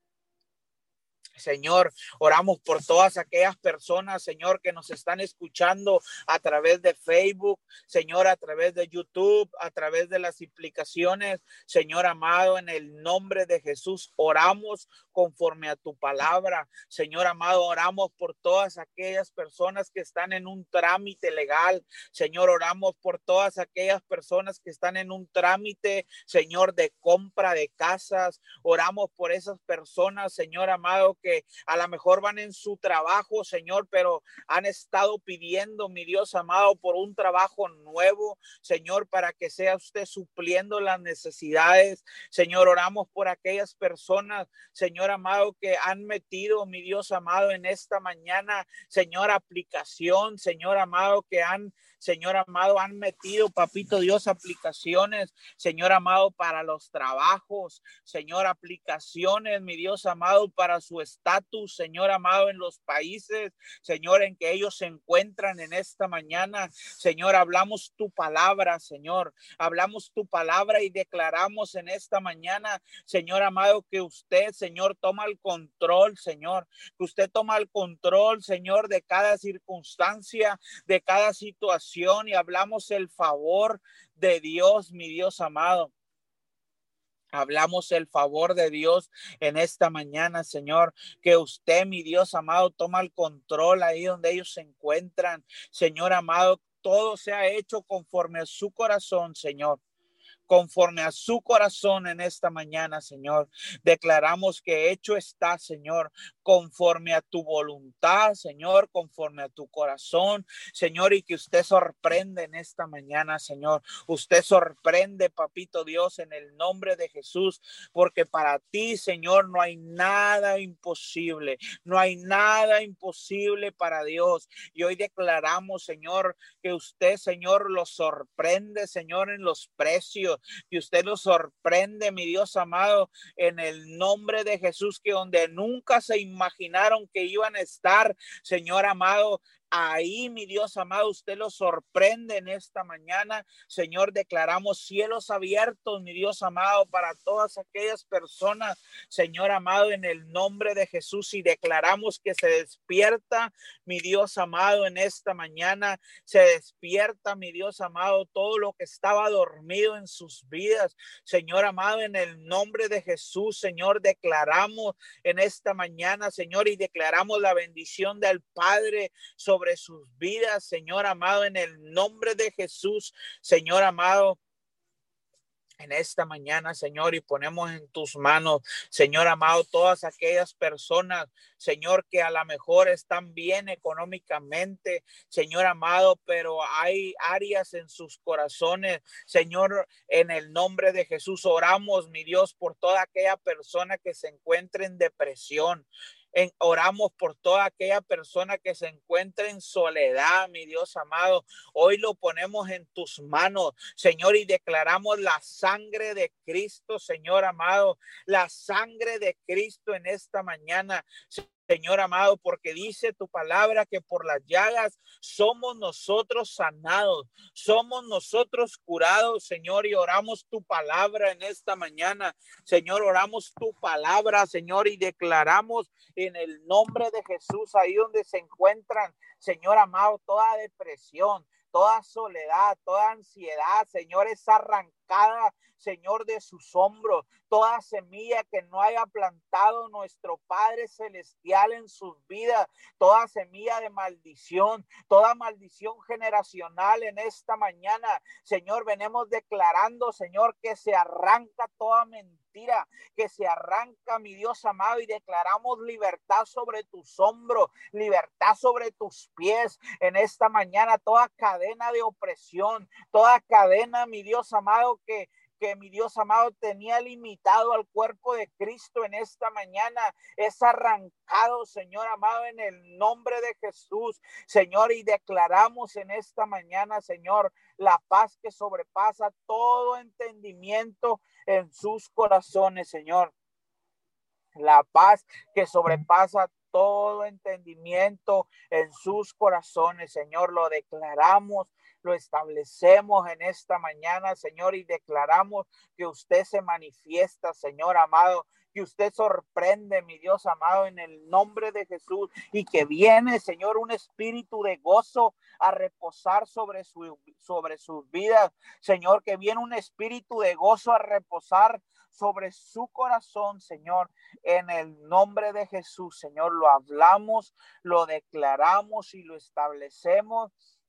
Speaker 3: Señor, oramos por todas aquellas personas, Señor, que nos están escuchando a través de Facebook, Señor, a través de YouTube, a través de las aplicaciones, Señor amado, en el nombre de Jesús, oramos conforme a tu palabra, Señor amado, oramos por todas aquellas personas que están en un trámite legal, Señor, oramos por todas aquellas personas que están en un trámite, Señor, de compra de casas, oramos por esas personas, Señor amado, que a lo mejor van en su trabajo, Señor, pero han estado pidiendo, mi Dios amado, por un trabajo nuevo, Señor, para que sea usted supliendo las necesidades. Señor, oramos por aquellas personas, Señor amado, que han metido, mi Dios amado, en esta mañana, Señor, aplicación, Señor amado, que han, Señor amado, han metido, papito Dios, aplicaciones, Señor amado, para los trabajos, Señor, aplicaciones, mi Dios amado, para su estatus, Señor amado, en los países, Señor, en que ellos se encuentran en esta mañana. Señor, hablamos tu palabra, Señor, hablamos tu palabra y declaramos en esta mañana, Señor amado, que usted, Señor, toma el control, Señor, que usted toma el control, Señor, de cada circunstancia, de cada situación, y hablamos el favor de Dios, mi Dios amado. Hablamos el favor de Dios en esta mañana, Señor, que usted, mi Dios amado, toma el control ahí donde ellos se encuentran. Señor amado, todo se ha hecho conforme a su corazón, Señor. Conforme a su corazón en esta mañana, Señor. Declaramos que hecho está, Señor, conforme a tu voluntad, Señor, conforme a tu corazón, Señor, y que usted sorprende en esta mañana, Señor. Usted sorprende, papito Dios, en el nombre de Jesús, porque para ti, Señor, no hay nada imposible, no hay nada imposible para Dios. Y hoy declaramos, Señor, que usted, Señor, lo sorprende, Señor, en los precios, que usted lo sorprende, mi Dios amado, en el nombre de Jesús, que donde nunca se imaginaron que iban a estar, Señor amado, ahí, mi Dios amado, usted los sorprende en esta mañana. Señor, declaramos cielos abiertos, mi Dios amado, para todas aquellas personas, Señor amado, en el nombre de Jesús, y declaramos que se despierta, mi Dios amado, en esta mañana, se despierta, mi Dios amado, todo lo que estaba dormido en sus vidas, Señor amado, en el nombre de Jesús, Señor, declaramos en esta mañana, Señor, y declaramos la bendición del Padre sobre sus vidas, Señor amado, en el nombre de Jesús, Señor amado. En esta mañana, Señor, y ponemos en tus manos, Señor amado, todas aquellas personas, Señor, que a lo mejor están bien económicamente, Señor amado, pero hay áreas en sus corazones, Señor, en el nombre de Jesús, oramos, mi Dios, por toda aquella persona que se encuentre en depresión. En, oramos por toda aquella persona que se encuentra en soledad, mi Dios amado. Hoy lo ponemos en tus manos, Señor, y declaramos la sangre de Cristo, Señor amado, la sangre de Cristo en esta mañana, Señor amado, porque dice tu palabra que por las llagas somos nosotros sanados, somos nosotros curados, Señor, y oramos tu palabra en esta mañana, Señor, oramos tu palabra, Señor, y declaramos en el nombre de Jesús, ahí donde se encuentran, Señor amado, toda depresión, toda soledad, toda ansiedad, Señor, es arrancada, Señor, de sus hombros, toda semilla que no haya plantado nuestro Padre Celestial en sus vidas, toda semilla de maldición, toda maldición generacional en esta mañana, Señor, venimos declarando, Señor, que se arranca toda mentira, que se arranca, mi Dios amado, y declaramos libertad sobre tus hombros, libertad sobre tus pies en esta mañana, toda cadena de opresión, toda cadena, mi Dios amado, que que mi Dios amado tenía limitado al cuerpo de Cristo en esta mañana, es arrancado, Señor amado, en el nombre de Jesús, Señor, y declaramos en esta mañana, Señor, la paz que sobrepasa todo entendimiento en sus corazones, Señor, la paz que sobrepasa todo entendimiento en sus corazones, Señor, lo declaramos, lo establecemos en esta mañana, Señor, y declaramos que usted se manifiesta, Señor amado, que usted sorprende, mi Dios amado, en el nombre de Jesús, y que viene, Señor, un espíritu de gozo a reposar sobre su, sobre sus vidas, Señor, que viene un espíritu de gozo a reposar sobre su corazón, Señor, en el nombre de Jesús, Señor, lo hablamos, lo declaramos y lo establecemos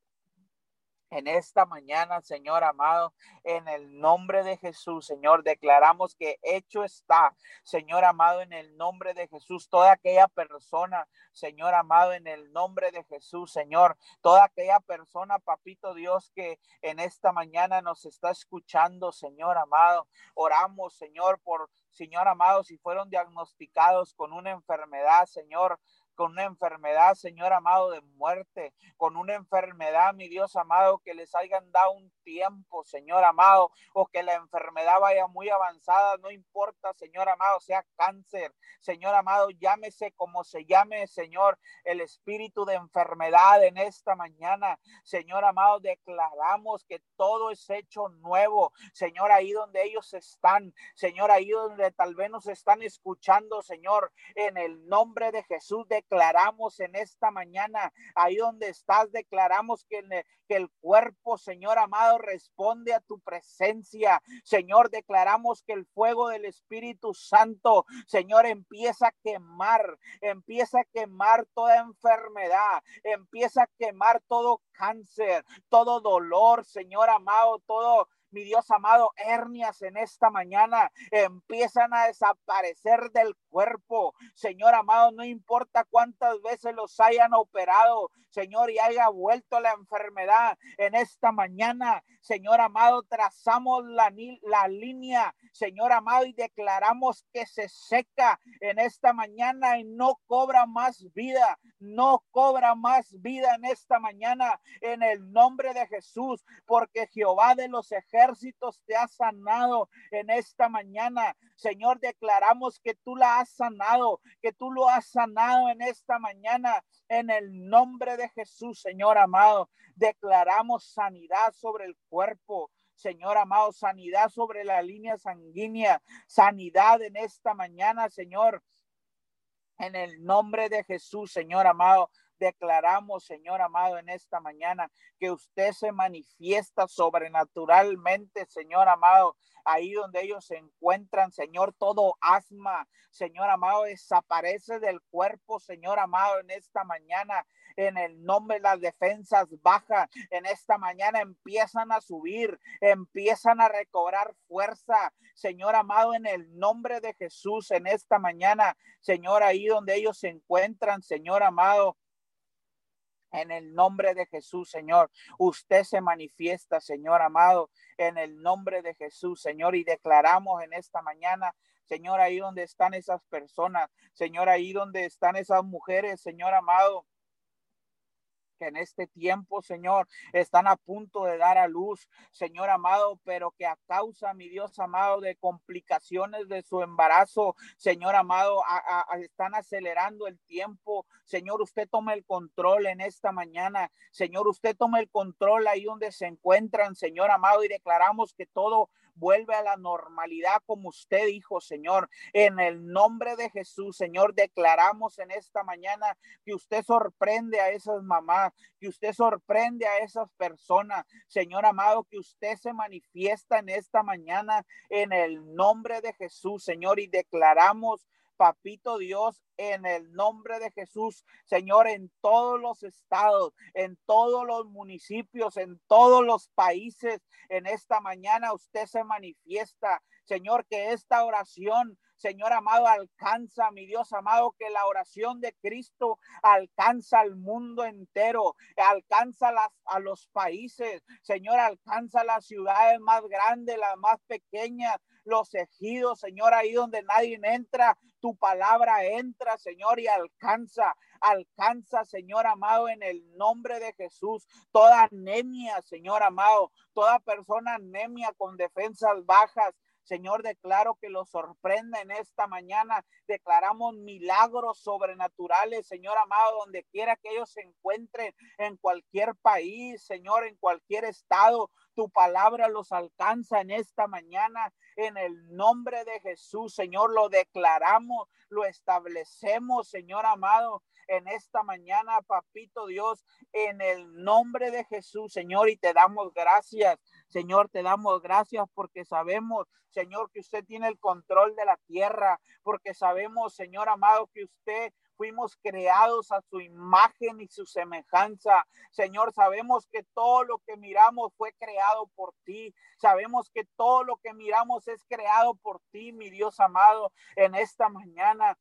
Speaker 3: en esta mañana, Señor amado, en el nombre de Jesús, Señor, declaramos que hecho está, Señor amado, en el nombre de Jesús, toda aquella persona, Señor amado, en el nombre de Jesús, Señor, toda aquella persona, papito Dios, que en esta mañana nos está escuchando, Señor amado, oramos, Señor, por, Señor amado, si fueron diagnosticados con una enfermedad, Señor, con una enfermedad, Señor amado, de muerte, con una enfermedad, mi Dios amado, que les hayan dado un tiempo, Señor amado, o que la enfermedad vaya muy avanzada, no importa, Señor amado, sea cáncer, Señor amado, llámese como se llame, Señor, el espíritu de enfermedad en esta mañana, Señor amado, declaramos que todo es hecho nuevo, Señor, ahí donde ellos están, Señor, ahí donde tal vez nos están escuchando, Señor, en el nombre de Jesús, de declaramos en esta mañana, ahí donde estás, declaramos que, el, que el cuerpo, Señor amado, responde a tu presencia, Señor, declaramos que el fuego del Espíritu Santo, Señor, empieza a quemar, empieza a quemar toda enfermedad, empieza a quemar todo cáncer, todo dolor, Señor amado, todo, mi Dios amado, hernias en esta mañana empiezan a desaparecer del cuerpo, Señor amado, no importa cuántas veces los hayan operado, Señor, y haya vuelto la enfermedad en esta mañana, Señor amado, trazamos la, la línea, Señor amado, y declaramos que se seca en esta mañana y no cobra más vida, no cobra más vida en esta mañana en el nombre de Jesús, porque Jehová de los ejércitos te ha sanado en esta mañana. Señor, declaramos que tú la has sanado, que tú lo has sanado en esta mañana en el nombre de Jesús, Señor amado. Declaramos sanidad sobre el cuerpo, Señor amado, sanidad sobre la línea sanguínea, sanidad en esta mañana, Señor. En el nombre de Jesús, Señor amado, declaramos, Señor amado, en esta mañana que usted se manifiesta sobrenaturalmente, Señor amado, ahí donde ellos se encuentran, Señor. Todo asma, Señor amado, desaparece del cuerpo, Señor amado, en esta mañana. En el nombre de las defensas bajas, en esta mañana empiezan a subir, empiezan a recobrar fuerza, Señor amado, en el nombre de Jesús, en esta mañana, Señor, ahí donde ellos se encuentran, Señor amado. En el nombre de Jesús, Señor, usted se manifiesta, Señor amado, en el nombre de Jesús, Señor, y declaramos en esta mañana, Señor, ahí donde están esas personas, Señor, ahí donde están esas mujeres, Señor amado, que en este tiempo, Señor, están a punto de dar a luz, Señor amado, pero que a causa, mi Dios amado, de complicaciones de su embarazo, Señor amado, a, a, están acelerando el tiempo. Señor, usted toma el control en esta mañana. Señor, usted toma el control ahí donde se encuentran, Señor amado, y declaramos que todo vuelve a la normalidad como usted dijo, Señor. En el nombre de Jesús, Señor, declaramos en esta mañana que usted sorprende a esas mamás, que usted sorprende a esas personas, Señor amado, que usted se manifiesta en esta mañana en el nombre de Jesús, Señor, y declaramos, Papito Dios, en el nombre de Jesús, Señor, en todos los estados, en todos los municipios, en todos los países, en esta mañana usted se manifiesta, Señor, que esta oración, Señor amado, alcanza, mi Dios amado, que la oración de Cristo alcanza al mundo entero, alcanza las, a los países, Señor, alcanza las ciudades más grandes, las más pequeñas, los ejidos, Señor, ahí donde nadie entra, tu palabra entra, Señor, y alcanza, alcanza, Señor amado, en el nombre de Jesús, toda anemia, Señor amado, toda persona anemia con defensas bajas, Señor, declaro que lo sorprenda en esta mañana. Declaramos milagros sobrenaturales, Señor amado, donde quiera que ellos se encuentren, en cualquier país, Señor, en cualquier estado. Tu palabra los alcanza en esta mañana. En el nombre de Jesús, Señor, lo declaramos, lo establecemos, Señor amado, en esta mañana, Papito Dios, en el nombre de Jesús, Señor, y te damos gracias. Señor, te damos gracias porque sabemos, Señor, que usted tiene el control de la tierra, porque sabemos, Señor amado, que usted fuimos creados a su imagen y su semejanza. Señor, sabemos que todo lo que miramos fue creado por ti. Sabemos que todo lo que miramos es creado por ti, mi Dios amado, en esta mañana.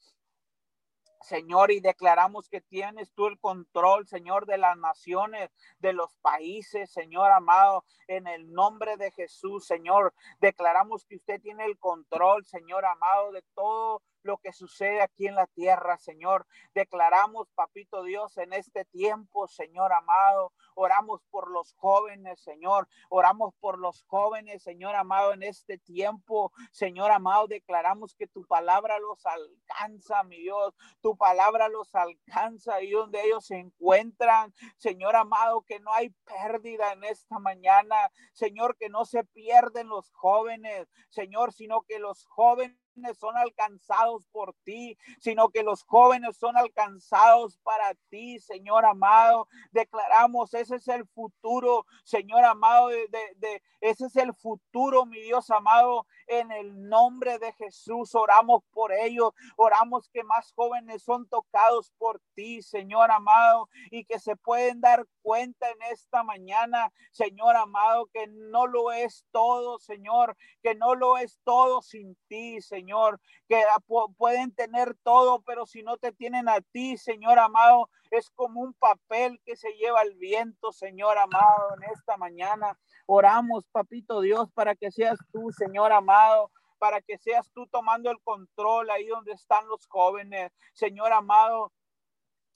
Speaker 3: Señor, y declaramos que tienes tú el control, Señor, de las naciones, de los países, Señor amado, en el nombre de Jesús, Señor. Declaramos que usted tiene el control, Señor amado, de todo lo que sucede aquí en la tierra, Señor. Declaramos, Papito Dios, en este tiempo, Señor amado, oramos por los jóvenes, Señor. Oramos por los jóvenes, Señor amado, en este tiempo, Señor amado. Declaramos que tu palabra los alcanza, mi Dios. Tu palabra los alcanza ahí donde ellos se encuentran, Señor amado, que no hay pérdida en esta mañana, Señor, que no se pierden los jóvenes, Señor, sino que los jóvenes son alcanzados por ti, sino que los jóvenes son alcanzados para ti, Señor amado. Declaramos, ese es el futuro, Señor amado, de, de, de ese es el futuro, mi Dios amado, en el nombre de Jesús. Oramos por ellos, oramos que más jóvenes son tocados por ti, Señor amado, y que se pueden dar cuenta en esta mañana, Señor amado, que no lo es todo, Señor, que no lo es todo sin ti, Señor, que pueden tener todo, pero si no te tienen a ti, Señor amado, es como un papel que se lleva el viento, Señor amado. En esta mañana oramos, Papito Dios, para que seas tú, Señor amado, para que seas tú tomando el control ahí donde están los jóvenes, Señor amado.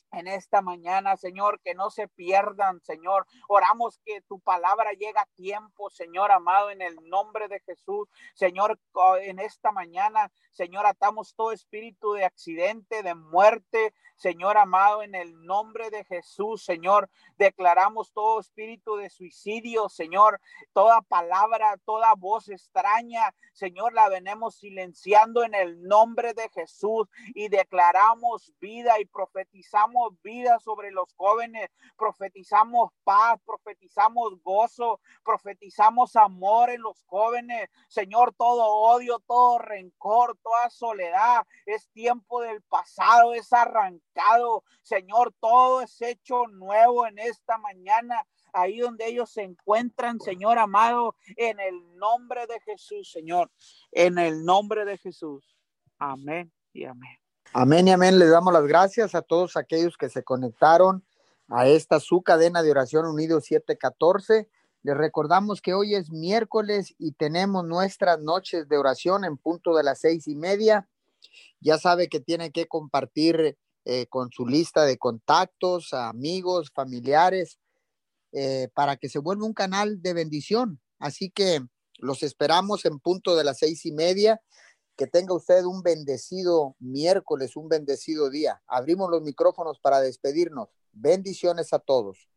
Speaker 3: en esta mañana, Señor, que no se pierdan, Señor. Oramos que tu palabra llegue a tiempo, Señor amado, en el nombre de Jesús. Señor, en esta mañana, Señor, atamos todo espíritu de accidente, de muerte, Señor amado, en el nombre de Jesús, Señor. Declaramos todo espíritu de suicidio, Señor. Toda palabra, toda voz extraña, Señor, la venimos silenciando en el nombre de Jesús y declaramos vida y profetizamos vida sobre los jóvenes, profetizamos paz, profetizamos gozo, profetizamos amor en los jóvenes. Señor, todo odio, todo rencor, toda soledad es tiempo del pasado, es arrancado. Señor, todo es hecho nuevo en esta mañana. Ahí donde ellos se encuentran, Señor amado, en el nombre de Jesús, Señor, en el nombre de Jesús. Amén y amén.
Speaker 1: Amén y amén. Les damos las gracias a todos aquellos que se conectaron a esta su cadena de oración Unidos siete catorce. Les recordamos que hoy es miércoles y tenemos nuestras noches de oración en punto de las seis y media. Ya sabe que tiene que compartir eh, con su lista de contactos, amigos, familiares, eh, para que se vuelva un canal de bendición. Así que los esperamos en punto de las seis y media. Que tenga usted un bendecido miércoles, un bendecido día. Abrimos los micrófonos para despedirnos. Bendiciones a todos.